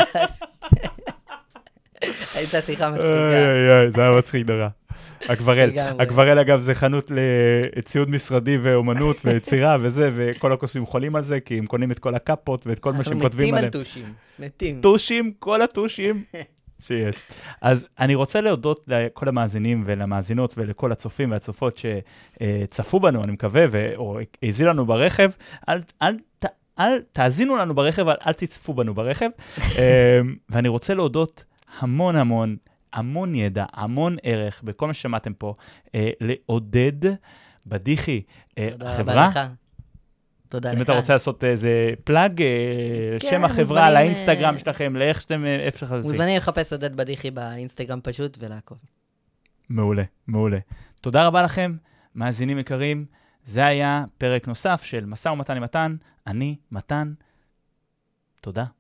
הייתה שיחה מצחיקה. אוי, אוי, זה היה מצחיק נורא. אקוורל. אקוורל, אגב, זה חנות לציוד משרדי ואומנות ויצירה וזה, וכל הקוסמים חולים על זה, כי הם קונים את כל הקאפות ואת כל מה שהם כותבים עליהם. מתים על טושים. מתים. טושים, כל הטושים שיש. אז אני רוצה להודות לכל המאזינים ולמאזינות ולכל הצופים והצופות שצפו בנו, אני מקווה, או הזינו לנו ברכב. אל, אל, אל, תאזינו לנו ברכב, אבל אל תצפו בנו ברכב. ואני רוצה להודות המון המון, המון ידע, המון ערך, בכל מה ששמעתם פה, אה, לעודד בדיחי, אה, תודה החברה. רבה לך. תודה לך. אם אתה רוצה לעשות איזה פלאג, אה, כן, שם החברה, מוזמנים, לאינסטגרם אה... שלכם, לאיך שאתם, איפה שלכם זה. מוזמנים לחפש עודד בדיחי באינסטגרם פשוט ולעקוב. מעולה, מעולה. תודה רבה לכם, מאזינים יקרים. זה היה פרק נוסף של מסע ומתן עם מתן. אני, מתן. תודה.